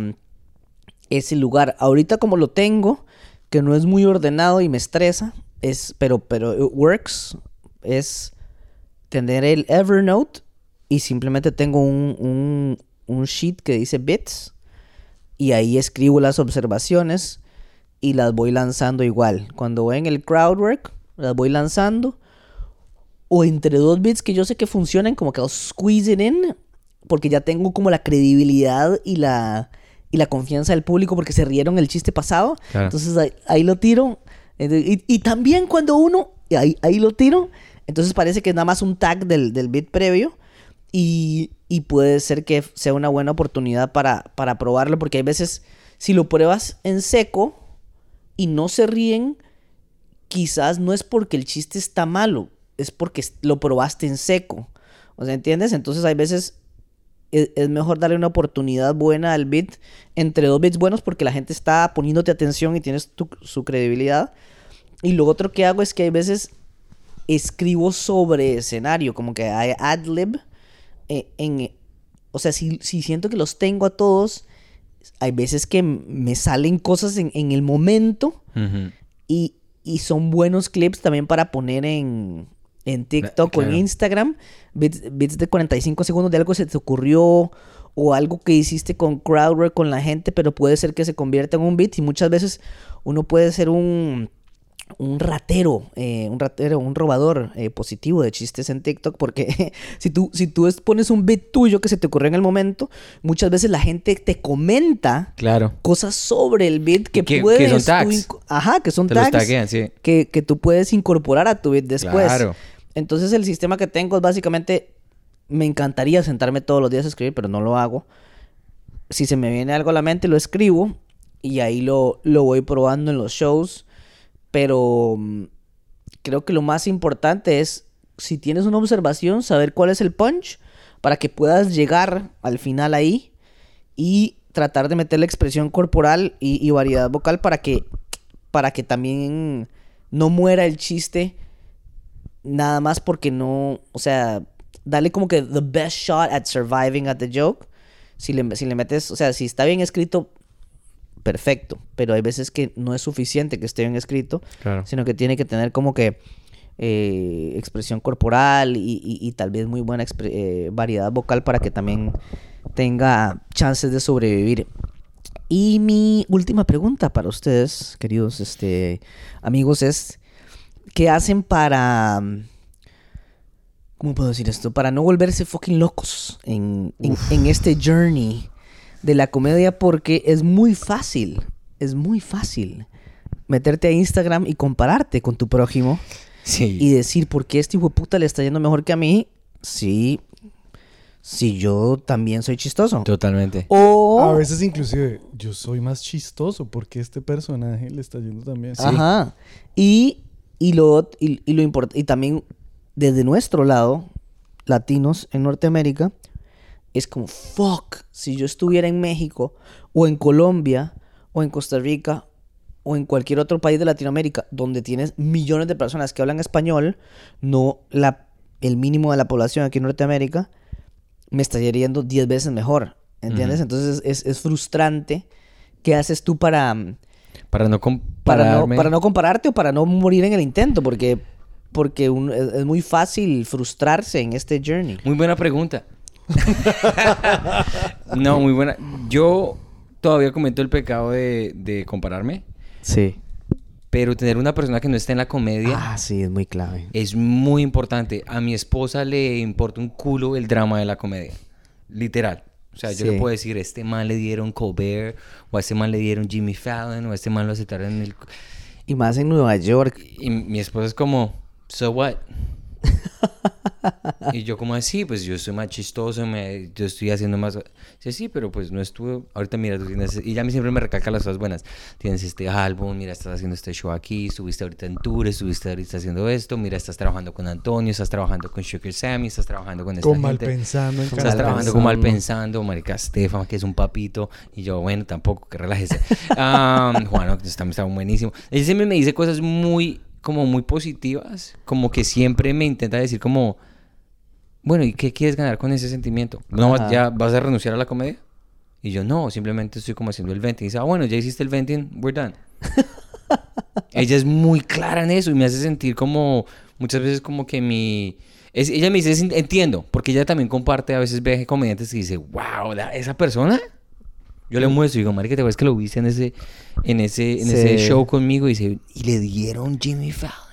ese lugar. Ahorita como lo tengo, que no es muy ordenado y me estresa, es, pero, pero it works, es tener el Evernote y simplemente tengo un, un, un sheet que dice bits y ahí escribo las observaciones y las voy lanzando igual. Cuando voy en el crowdwork, las voy lanzando o entre dos bits que yo sé que funcionan, como que I'll squeeze it in, porque ya tengo como la credibilidad y la, y la confianza del público porque se rieron el chiste pasado. Claro. Entonces ahí, ahí lo tiro. Y, y también cuando uno, ahí, ahí lo tiro, entonces parece que es nada más un tag del, del beat previo y, y puede ser que sea una buena oportunidad para, para probarlo, porque hay veces, si lo pruebas en seco y no se ríen, quizás no es porque el chiste está malo, es porque lo probaste en seco. O sea, ¿entiendes? Entonces hay veces es, es mejor darle una oportunidad buena al beat entre dos beats buenos porque la gente está poniéndote atención y tienes tu, su credibilidad. Y lo otro que hago es que hay veces escribo sobre escenario, como que hay ad-lib eh, en... O sea, si, si siento que los tengo a todos, hay veces que me salen cosas en, en el momento uh-huh. y, y son buenos clips también para poner en, en TikTok claro. o en Instagram. Bits, bits de cuarenta y cinco segundos de algo que se te ocurrió o algo que hiciste con crowdwork con la gente, pero puede ser que se convierta en un beat y muchas veces uno puede ser un... un ratero, eh, un ratero, un robador eh, positivo de chistes en TikTok, porque si tú, si tú pones un beat tuyo que se te ocurrió en el momento, muchas veces la gente te comenta claro. cosas sobre el beat que, que puedes... Que son tags. Inc- Ajá, que son te tags. Los taguean, sí. que, que tú puedes incorporar a tu beat después. Claro. Entonces el sistema que tengo es básicamente... Me encantaría sentarme todos los días a escribir, pero no lo hago. Si se me viene algo a la mente, lo escribo y ahí lo, lo voy probando en los shows. Pero creo que lo más importante es, si tienes una observación, saber cuál es el punch para que puedas llegar al final ahí y tratar de meter la expresión corporal y, y variedad vocal para que, para que también no muera el chiste nada más porque no, o sea, dale como que the best shot at surviving at the joke. Si le, si le metes, o sea, si está bien escrito, perfecto, pero hay veces que no es suficiente que esté bien escrito, claro. sino que tiene que tener como que eh, expresión corporal y, y, y tal vez muy buena expre- eh, variedad vocal para que también tenga chances de sobrevivir. Y mi última pregunta para ustedes, queridos este, amigos, es ¿qué hacen para... ¿Cómo puedo decir esto? Para no volverse fucking locos en, en, en este journey de la comedia, porque es muy fácil, es muy fácil meterte a Instagram y compararte con tu prójimo sí. y decir, ¿por qué este hijo de puta le está yendo mejor que a mí? Sí, sí, yo también soy chistoso. Totalmente. O a veces inclusive, yo soy más chistoso porque este personaje le está yendo también. Sí. Ajá. Y, y lo, y, y lo import- y también desde nuestro lado, latinos en Norteamérica, es como, fuck, si yo estuviera en México, o en Colombia, o en Costa Rica, o en cualquier otro país de Latinoamérica, donde tienes millones de personas que hablan español, no la, el mínimo de la población aquí en Norteamérica, me estaría yendo diez veces mejor, ¿entiendes? Uh-huh. Entonces es, es frustrante. ¿Qué haces tú para... Para no compararme? Para no, para no compararte o para no morir en el intento, porque, porque un, es, es muy fácil frustrarse en este journey. Muy buena pregunta. No, muy buena. Yo todavía cometo el pecado de, de compararme. Sí. Pero tener una persona que no esté en la comedia... Ah, sí, es muy clave. Es muy importante. A mi esposa le importa un culo el drama de la comedia. Literal. O sea, yo sí. le puedo decir, este man le dieron Colbert, o a este man le dieron Jimmy Fallon, o a este man lo aceptaron en el... Y más en Nueva York. Y mi esposa es como, so what? Y yo como así, pues yo soy más chistoso, me, yo estoy haciendo más... Sí, sí, pero pues no estuve... Ahorita mira, tú tienes... Y ya a mí siempre me recalca las cosas buenas. Tienes este álbum, mira, estás haciendo este show aquí, estuviste ahorita en tour, estuviste ahorita haciendo esto, mira, estás trabajando con Antonio, estás trabajando con Sugar Sammy, estás trabajando con esta Con gente. Malpensando en Estás cada trabajando con Malpensando, marica Estefan, que es un papito. Y yo, bueno, tampoco, que relájese. um, Juan, que está, está buenísimo. Él siempre me dice cosas muy... como muy positivas. Como que siempre me intenta decir como... Bueno, ¿y qué quieres ganar con ese sentimiento? ¿No Ajá. ya vas a renunciar a la comedia? Y yo, no, simplemente estoy como haciendo el venting. Y dice, ah, bueno, ya hiciste el venting, we're done. Ella es muy clara en eso y me hace sentir como... Muchas veces como que mi... Es, ella me dice, entiendo, porque ella también comparte, a veces ve comediantes y dice, wow, ¿esa persona? Yo le muestro y digo, marica, ¿te acuerdas que lo viste en ese, en ese, en Sí. ese show conmigo? Y dice, y le dieron Jimmy Fallon.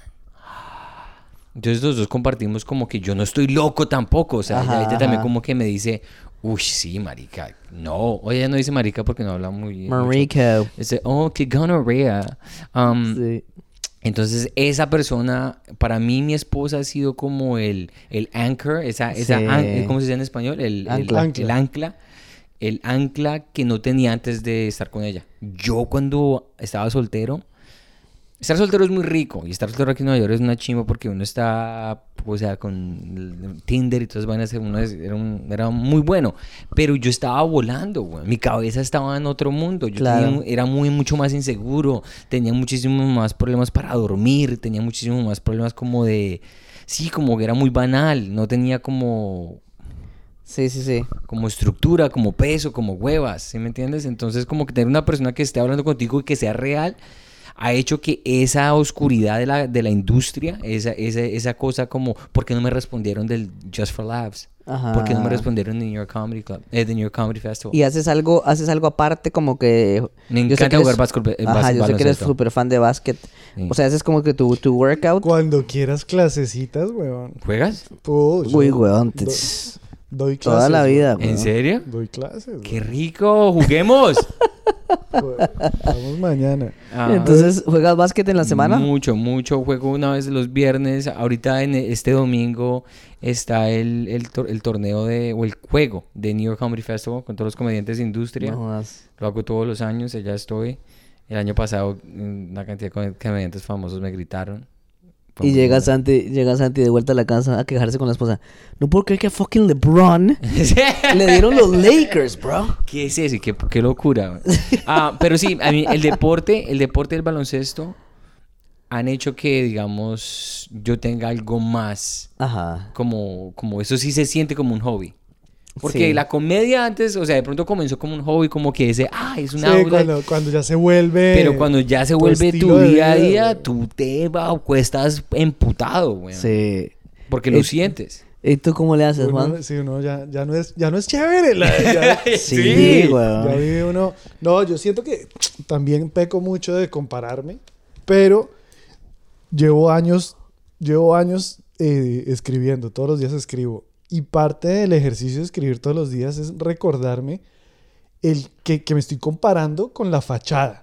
Entonces los dos compartimos como que yo no estoy loco tampoco. O sea, Ajá, ella, ella también ajá. como que me dice, uy, sí, marica. No, oye, ella no dice marica porque no habla muy... Marica. mucho. Dice, oh, qué gonorrea. Um, Sí. Entonces, esa persona, para mí, mi esposa ha sido como el, el anchor, esa, esa Sí. an- ¿cómo se dice en español? El Ancla. el- el ancla. El ancla que no tenía antes de estar con ella. Yo cuando estaba soltero, estar soltero es muy rico. Y estar soltero aquí en Nueva York es una chimba porque uno está, o sea, con Tinder y todas esas vainas, uno es- era, un- era muy bueno. Pero yo estaba volando, güey. Mi cabeza estaba en otro mundo. Yo Claro. tenía un- era muy, mucho más inseguro. Tenía muchísimos más problemas para dormir. Tenía muchísimos más problemas como de... Sí, como que era muy banal. No tenía como... Sí, sí, sí. como estructura, como peso, como huevas, ¿sí me entiendes? Entonces como que tener una persona que esté hablando contigo y que sea real ha hecho que esa oscuridad de la, de la industria, esa, esa, esa cosa como, ¿por qué no me respondieron del Just for Laughs? Ajá. ¿Por qué no me respondieron del New York Comedy Club? Eh, del New York Comedy Festival. Y haces algo, haces algo aparte como que... Me yo sé encanta que eres- jugar básquetbol. eh, Ajá, bas- yo sé que eres baloncesto. súper fan de básquet. Sí. O sea, haces como que tu, tu workout. Cuando quieras clasecitas, weón. ¿Juegas? Puh, yo Uy, weón. te- do- doy clases. Toda la weón. vida, ¿En weón. serio? Doy clases. ¡Qué rico! ¡Juguemos! weón. Vamos mañana. Ah. Entonces, ¿juegas básquet en la semana? Mucho, mucho. Juego una vez los viernes. Ahorita en este domingo está el, el, tor- el torneo de, o el juego de New York Comedy Festival con todos los comediantes de industria. No jodas. Lo hago todos los años, allá estoy. El año pasado mm, una cantidad de comediantes famosos me gritaron. Fue Y muy llega bueno. Santi, llega Santi de vuelta a la casa a quejarse con la esposa. No puedo creer que a fucking LeBron le dieron los Lakers, bro. ¿Qué es eso? ¿Qué, qué locura? Ah, pero sí, a mí el deporte, el deporte del baloncesto han hecho que, digamos, yo tenga algo más Ajá. como, como eso sí se siente como un hobby. Porque Sí. la comedia antes, o sea, de pronto comenzó como un hobby, como que ese, ah, es Sí, una outlet. cuando, cuando ya se vuelve. Pero cuando ya se tu vuelve tu estilo de día a vida, día, güey. tú te va, o estás emputado, güey. Sí. Porque lo Eh, sientes. ¿Y tú cómo le haces, Juan? Uno, sí, uno ya, ya, no es, ya no es chévere. la- ya, Sí, Sí. weón. ya vive uno. No, yo siento que también peco mucho de compararme, pero llevo años, llevo años eh, escribiendo, todos los días escribo. Y parte del ejercicio de escribir todos los días es recordarme el que, que me estoy comparando con la fachada.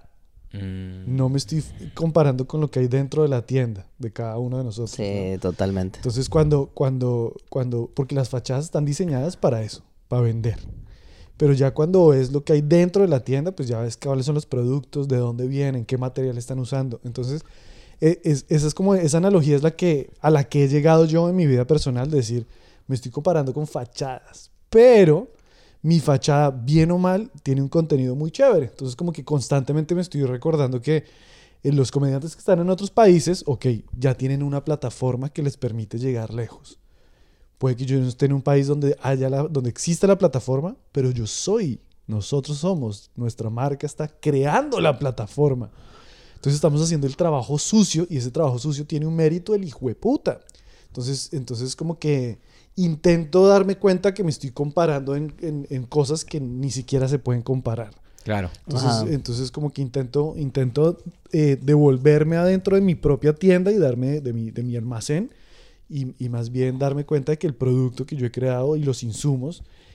Mm. No me estoy f- comparando con lo que hay dentro de la tienda de cada uno de nosotros. ¿no? Sí, totalmente. Entonces cuando, cuando, cuando, porque las fachadas están diseñadas para eso, para vender. Pero ya cuando ves lo que hay dentro de la tienda, pues ya ves cuáles son los productos, de dónde vienen, qué material están usando. Entonces, e- es, esa es como, esa analogía es la que, a la que he llegado yo en mi vida personal, de decir, me estoy comparando con fachadas, pero mi fachada, bien o mal, tiene un contenido muy chévere. Entonces, como que constantemente me estoy recordando que eh, los comediantes que están en otros países, ok, ya tienen una plataforma que les permite llegar lejos. Puede que yo no esté en un país donde haya la, donde exista la plataforma, pero yo soy, nosotros somos, nuestra marca está creando la plataforma. Entonces estamos haciendo el trabajo sucio y ese trabajo sucio tiene un mérito del hijo de puta. Entonces, entonces como que intento darme cuenta que me estoy comparando en, en, en cosas que ni siquiera se pueden comparar. Claro. Entonces, Ajá. entonces como que intento, intento eh, devolverme adentro de mi propia tienda y darme de mi, de mi almacén y, y más bien darme cuenta de que el producto que yo he creado y los insumos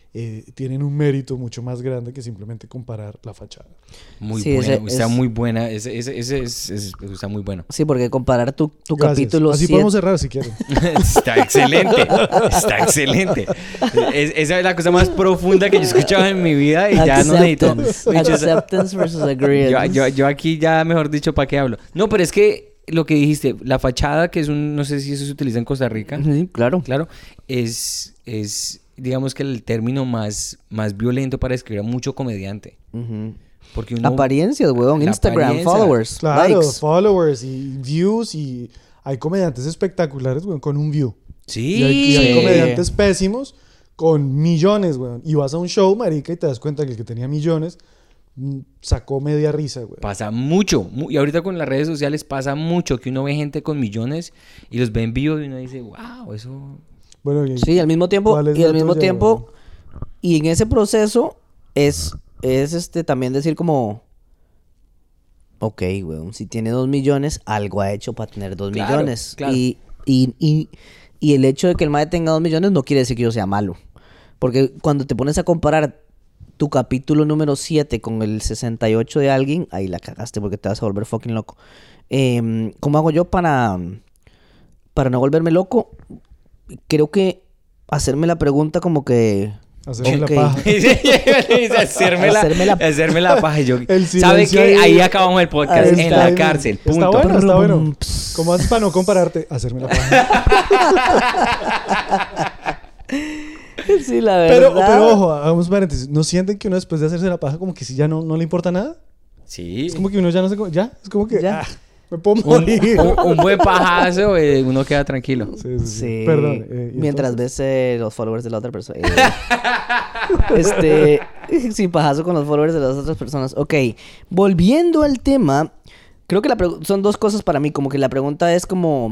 eh, tienen un mérito mucho más grande que simplemente comparar la fachada. Muy Sí, buena, ese está es- muy buena. Ese, ese, ese es, es- está muy bueno. Sí, porque comparar tu, tu Gracias. capítulo Así siete- podemos cerrar si quieren. Está excelente. Está excelente. Es- esa es la cosa más profunda que yo he escuchado en mi vida y ya no necesito. Acceptance. Bicho, esa- Acceptance versus agreeance. Yo, yo, yo aquí ya, mejor dicho, ¿para qué hablo? No, pero es que lo que dijiste, la fachada, que es un, no sé si eso se utiliza en Costa Rica, Sí, claro. claro, es, es digamos que el término más, más violento para describir a mucho comediante. Ujú. Porque uno... Apariencias, weón. La Instagram, apariencia. followers, Claro, likes. followers y views y hay comediantes espectaculares, weón, con un view. Sí. Y hay, y hay Sí. comediantes pésimos con millones, weón. Y vas a un show, marica, y te das cuenta que el que tenía millones mm, sacó media risa, weón. Pasa mucho. mu- Y ahorita con las redes sociales pasa mucho que uno ve gente con millones y los ve en vivo y uno dice, wow, eso... Bueno, y- Sí, al mismo tiempo, ¿cuál es y la al mismo tuya, tiempo, weón? y en ese proceso es, es este también decir como, ok, weón, si tiene dos millones, algo ha hecho para tener dos Claro, millones. claro. Y, y, y, y el hecho de que el mae tenga dos millones no quiere decir que yo sea malo. Porque cuando te pones a comparar tu capítulo número siete con el sesenta y ocho de alguien, ahí la cagaste porque te vas a volver fucking loco. Em, ¿Cómo hago yo para, para no volverme loco? Creo que hacerme la pregunta como que... Hacerme Ok. la paja. hacerme, la, Hacerme la- hacerme la paja. Y yo, El ¿sabe silencio qué? ahí- Ahí acabamos el podcast. Ahí En está, la ahí. cárcel. Está Punto. bueno, está bueno. Brum, ps. ¿Cómo haces para no compararte? Hacerme la paja. Sí, la Pero, verdad. pero ojo, hagamos paréntesis. ¿No sienten que uno después de hacerse la paja como que si ya no, no le importa nada? Sí. Es como que uno ya no se... co- ¿Ya? Es como que... Ya. ah, me puedo Un, morir. un- un buen pajazo, eh, uno queda tranquilo. Sí, sí, sí. Sí. Perdón. eh, ¿y Mientras entonces? ves eh, los followers de la otra persona. eh, este. Sí, pajazo con los followers de las otras personas. Ok. Volviendo al tema. Creo que la pregu- son dos cosas para mí. Como que la pregunta es como.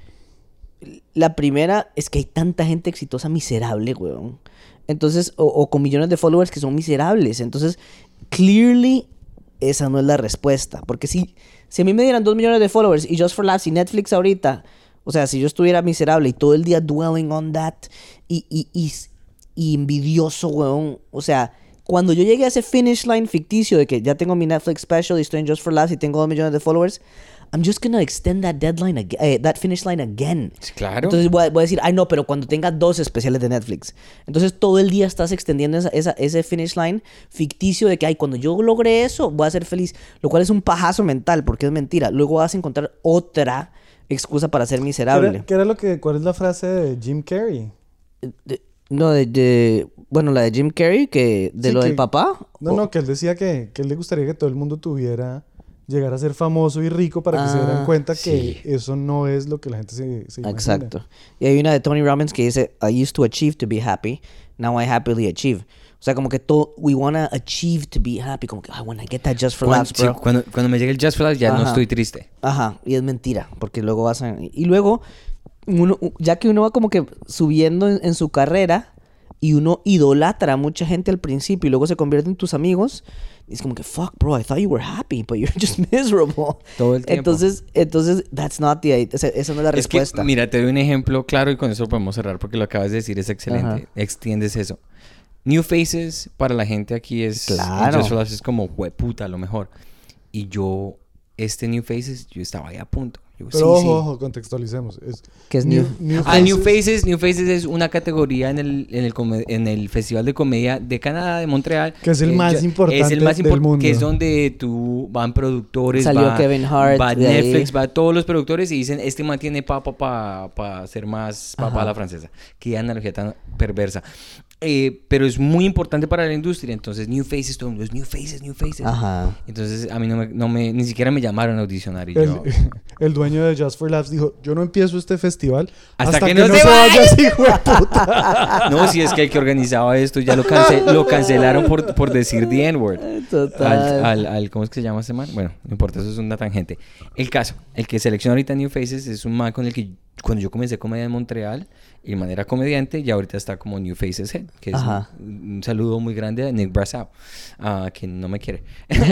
La primera es que hay tanta gente exitosa miserable, weón. Entonces, o, o con millones de followers que son miserables. Entonces, clearly, esa no es la respuesta. Porque si, si a mí me dieran dos millones de followers y Just for Laughs y Netflix ahorita, o sea, si yo estuviera miserable y todo el día dwelling on that y, y, y, y envidioso, weón. O sea, cuando yo llegué a ese finish line ficticio de que ya tengo mi Netflix special y estoy en Just for Laughs y tengo dos millones de followers, I'm just gonna extend that deadline, ag- eh, that finish line again. Sí, claro. Entonces voy a, voy a decir, ay no, pero cuando tenga dos especiales de Netflix. Entonces todo el día estás extendiendo esa, esa- ese finish line ficticio de que, ay, cuando yo logre eso, voy a ser feliz. Lo cual es un pajazo mental, porque es mentira. Luego vas a encontrar otra excusa para ser ¿Qué miserable. era, qué era lo que... ¿Cuál es la frase de Jim Carrey? De- no, de, de- bueno, la de Jim Carrey, que de Sí, lo que- del papá. No, o- no, que él decía que, que él le gustaría que todo el mundo tuviera... Llegar a ser famoso y rico para que se Ah, dieran cuenta sí. que eso no es lo que la gente se, se imagina. Exacto. Y hay una de Tony Robbins que dice, I used to achieve to be happy, now I happily achieve. O sea, como que todo, we wanna achieve to be happy. Como que, I wanna get that just for Cuando, laughs, sí, bro. cuando, cuando me llegue el Just for Laughs ya no Ajá. estoy triste. Ajá, y es mentira, porque luego vas a... Y luego, uno, ya que uno va como que subiendo en, en su carrera y uno idolatra a mucha gente al principio y luego se convierte en tus amigos, es como que, fuck, bro, I thought you were happy, but you're just miserable. Todo el tiempo. Entonces, entonces that's not the... Esa, esa no es la Es que, respuesta. mira, te doy un ejemplo claro y con eso podemos cerrar porque lo acabas de decir, es excelente. Ajá. Extiendes eso. New Faces para la gente aquí es... Claro. Just for Laughs es como, hueputa, lo mejor. Y yo, este New Faces, yo estaba ahí a punto. Yo, Pero sí, ojo, sí. ojo, contextualicemos. Es ¿Qué es new? Ah, New Faces, New Faces es una categoría en el, en el, come- en el Festival de Comedia de Canadá, de Montreal. Que es el más yo- importante Es el más del importante, mundo. que es donde tú van productores, Salió va, Kevin Hart va de ahí. Netflix, va todos los productores y dicen, este man tiene papa para pa ser más papa Ajá. a la francesa. Qué analogía tan perversa. Eh, pero es muy importante para la industria, entonces New Faces, todo el mundo es New Faces, New Faces. Ajá. Entonces a mí no me, no me, ni siquiera me llamaron a audicionar y el, yo... el dueño de Just for Laughs dijo, yo no empiezo este festival Hasta hasta, que que, no no se se vaya". vaya ese hijo de puta. No, si es que el que organizaba esto ya lo, cance- lo cancelaron por, por decir the N-word. Total. Al, al, al- ¿cómo es que se llama ese man? Bueno, no importa, eso es una tangente. El caso, el que selecciona ahorita New Faces es un man con el que cuando yo comencé comedia en Montreal, y man era comediante, y ahorita está como New Faces Head, que es Ajá. un, un saludo muy grande a Nick Brassau, ah, que no me quiere.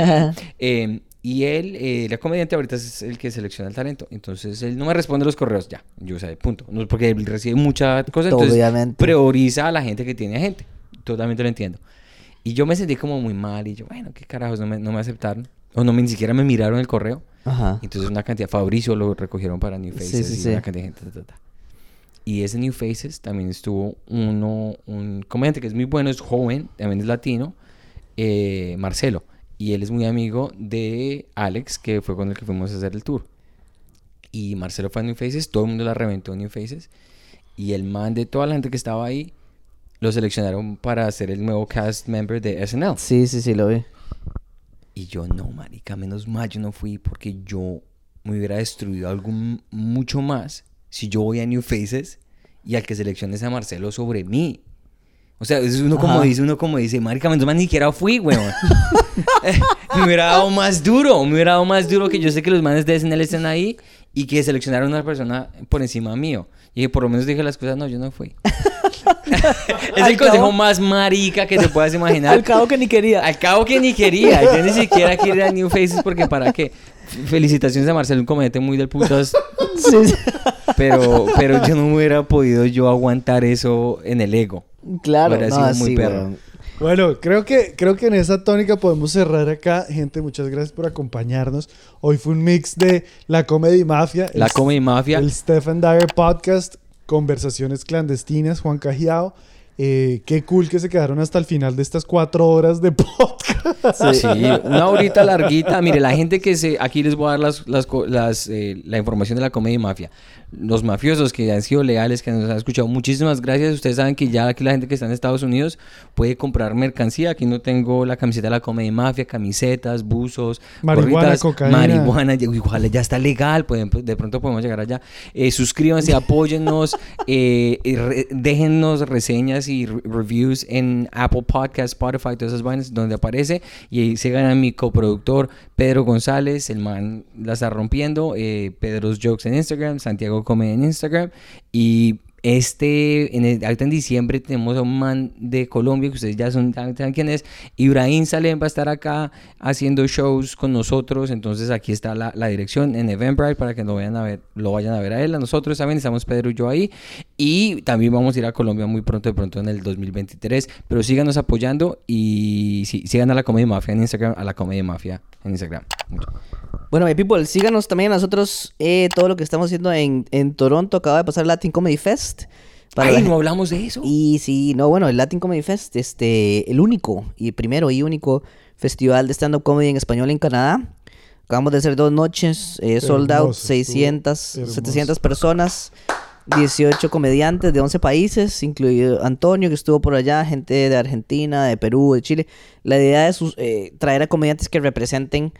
Eh, y él, eh, era comediante, ahorita es el que selecciona el talento. Entonces, él no me responde los correos, ya. Yo sé, punto. No, porque él recibe mucha cosa, entonces Obviamente. prioriza a la gente que tiene gente. totalmente lo entiendo. Y yo me sentí como muy mal y yo, bueno, qué carajos, no me, no me aceptaron. O no me, ni siquiera me miraron el correo. Ajá. Entonces una cantidad, Fabricio lo recogieron para New Faces Sí, sí, y sí. una cantidad de gente. Ta, ta, ta. Y ese New Faces también estuvo uno, un comediante que es muy bueno, es joven, también es latino, eh, Marcelo. Y él es muy amigo de Alex, que fue con el que fuimos a hacer el tour. Y Marcelo fue a New Faces, todo el mundo la reventó en New Faces. Y el man de toda la gente que estaba ahí, lo seleccionaron para ser el nuevo cast member de S N L. Sí, sí, sí, lo vi. Y yo, no, marica, menos mal yo no fui porque yo me hubiera destruido algo m- mucho más si yo voy a New Faces y al que selecciones a Marcelo sobre mí. O sea, es uno como Ajá. dice, uno como dice, marica, menos mal ni siquiera fui, weón. Me hubiera dado más duro, me hubiera dado más duro que yo sé que los manes de S N L están ahí y que seleccionaron a una persona por encima mío. Y que por lo menos dije las cosas, no, yo no fui. Es Al el consejo cabo- más marica que te puedas imaginar. Al cabo que ni quería. Al cabo que ni quería. Yo ni siquiera quería ir a New Faces porque para qué. Felicitaciones a Marcelo, un comediante muy del putas. Sí, sí. Pero, pero yo no hubiera podido yo aguantar eso en el ego. Claro, Hubiera no, sido muy sí, perro. weón. Bueno, creo que, creo que en esa tónica podemos cerrar acá. Gente, muchas gracias por acompañarnos. Hoy fue un mix de la Comedy Mafia. La el- Comedy Mafia. El Stephen Dyer Podcast, Conversaciones Clandestinas, Juan Cajiao. Eh, qué cool que se quedaron hasta el final de estas cuatro horas de podcast. Sí, una horita larguita. Mire, la gente que se... Aquí les voy a dar las, las, co- las, eh, la información de la Comedy Mafia. Los mafiosos que han sido leales, que nos han escuchado, muchísimas gracias. Ustedes saben que ya aquí la gente que está en Estados Unidos puede comprar mercancía. Aquí no tengo la camiseta de la Comedy Mafia, camisetas, buzos, Marihuana, gorritas, cocaína. marihuana. Igual ya está legal, pueden, de pronto podemos llegar allá. Eh, suscríbanse, apóyennos, eh, eh, re- déjennos reseñas y re- reviews en Apple Podcasts, Spotify, todas esas vainas donde aparece. Y ahí sigan a mi coproductor Pedro González, el man la está rompiendo. Eh, Pedro's Jokes en Instagram, Santiago Come en Instagram. Y este, en el, ahorita en diciembre tenemos a un man de Colombia que ustedes ya son, saben quién es. Ibrahim Salem va a estar acá haciendo shows con nosotros. Entonces aquí está la, la dirección en Eventbrite para que lo vayan a ver, lo vayan a ver a él. A nosotros también estamos Pedro y yo ahí. Y también vamos a ir a Colombia muy pronto, de pronto en el dos mil veintitrés. Pero síganos apoyando y sí, sigan a la Comedy Mafia en Instagram, a la Comedy Mafia en Instagram. Mucho. Bueno, my people, síganos también a nosotros eh, todo lo que estamos haciendo en, en Toronto. Acaba de pasar el Latin Comedy Fest. Para Ay, la no gen- hablamos de eso. Y sí, no, bueno, el Latin Comedy Fest, este, el único y primero y único festival de stand-up comedy en español en Canadá. Acabamos de hacer dos noches, eh, sold out, Hermoso, seiscientas, estuvo setecientas personas, dieciocho comediantes de once países, incluido Antonio, que estuvo por allá, gente de Argentina, de Perú, de Chile. La idea es eh, traer a comediantes que representen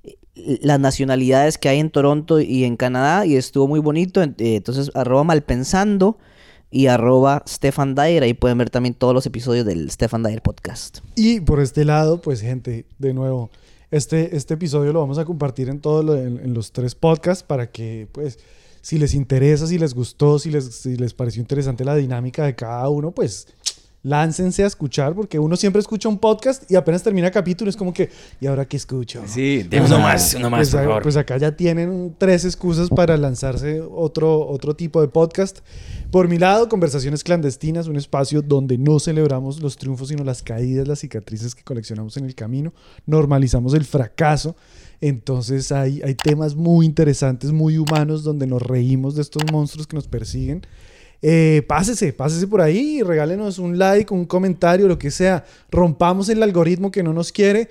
las nacionalidades que hay en Toronto y en Canadá, y estuvo muy bonito. Eh, entonces, arroba Malpensando y arroba Stefan Dyer, ahí pueden ver también todos los episodios del Stefan Dyer Podcast. Y por este lado, pues gente, de nuevo, este, este episodio lo vamos a compartir en todos lo- en, en los tres podcasts para que, pues, si les interesa, si les gustó, si les, si les pareció interesante la dinámica de cada uno, pues láncense a escuchar, porque uno siempre escucha un podcast y apenas termina el capítulo es como que, ¿y ahora qué escucho? Sí, demos uno más, uno más, Pues, por a- favor. pues acá ya tienen tres excusas para lanzarse otro, otro tipo de podcast. Por mi lado, Conversaciones Clandestinas, un espacio donde no celebramos los triunfos, sino las caídas, las cicatrices que coleccionamos en el camino. Normalizamos el fracaso. Entonces hay, hay temas muy interesantes, muy humanos, donde nos reímos de estos monstruos que nos persiguen. Eh, pásese, pásese por ahí y regálenos un like, un comentario, lo que sea. Rompamos el algoritmo que no nos quiere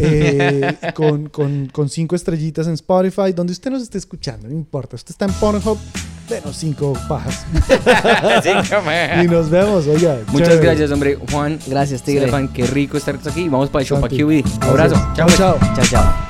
eh, con, con, con cinco estrellitas en Spotify, donde usted nos esté escuchando, no importa. Usted está en Pornhub, denos cinco pajas. Y nos vemos, oiga. Muchas chévere. gracias, hombre. Juan. Gracias, Tigre. Stefan, qué rico estar aquí. Vamos para el show, para Santi. Q B. Abrazo. Chao, chao. Chao, chao.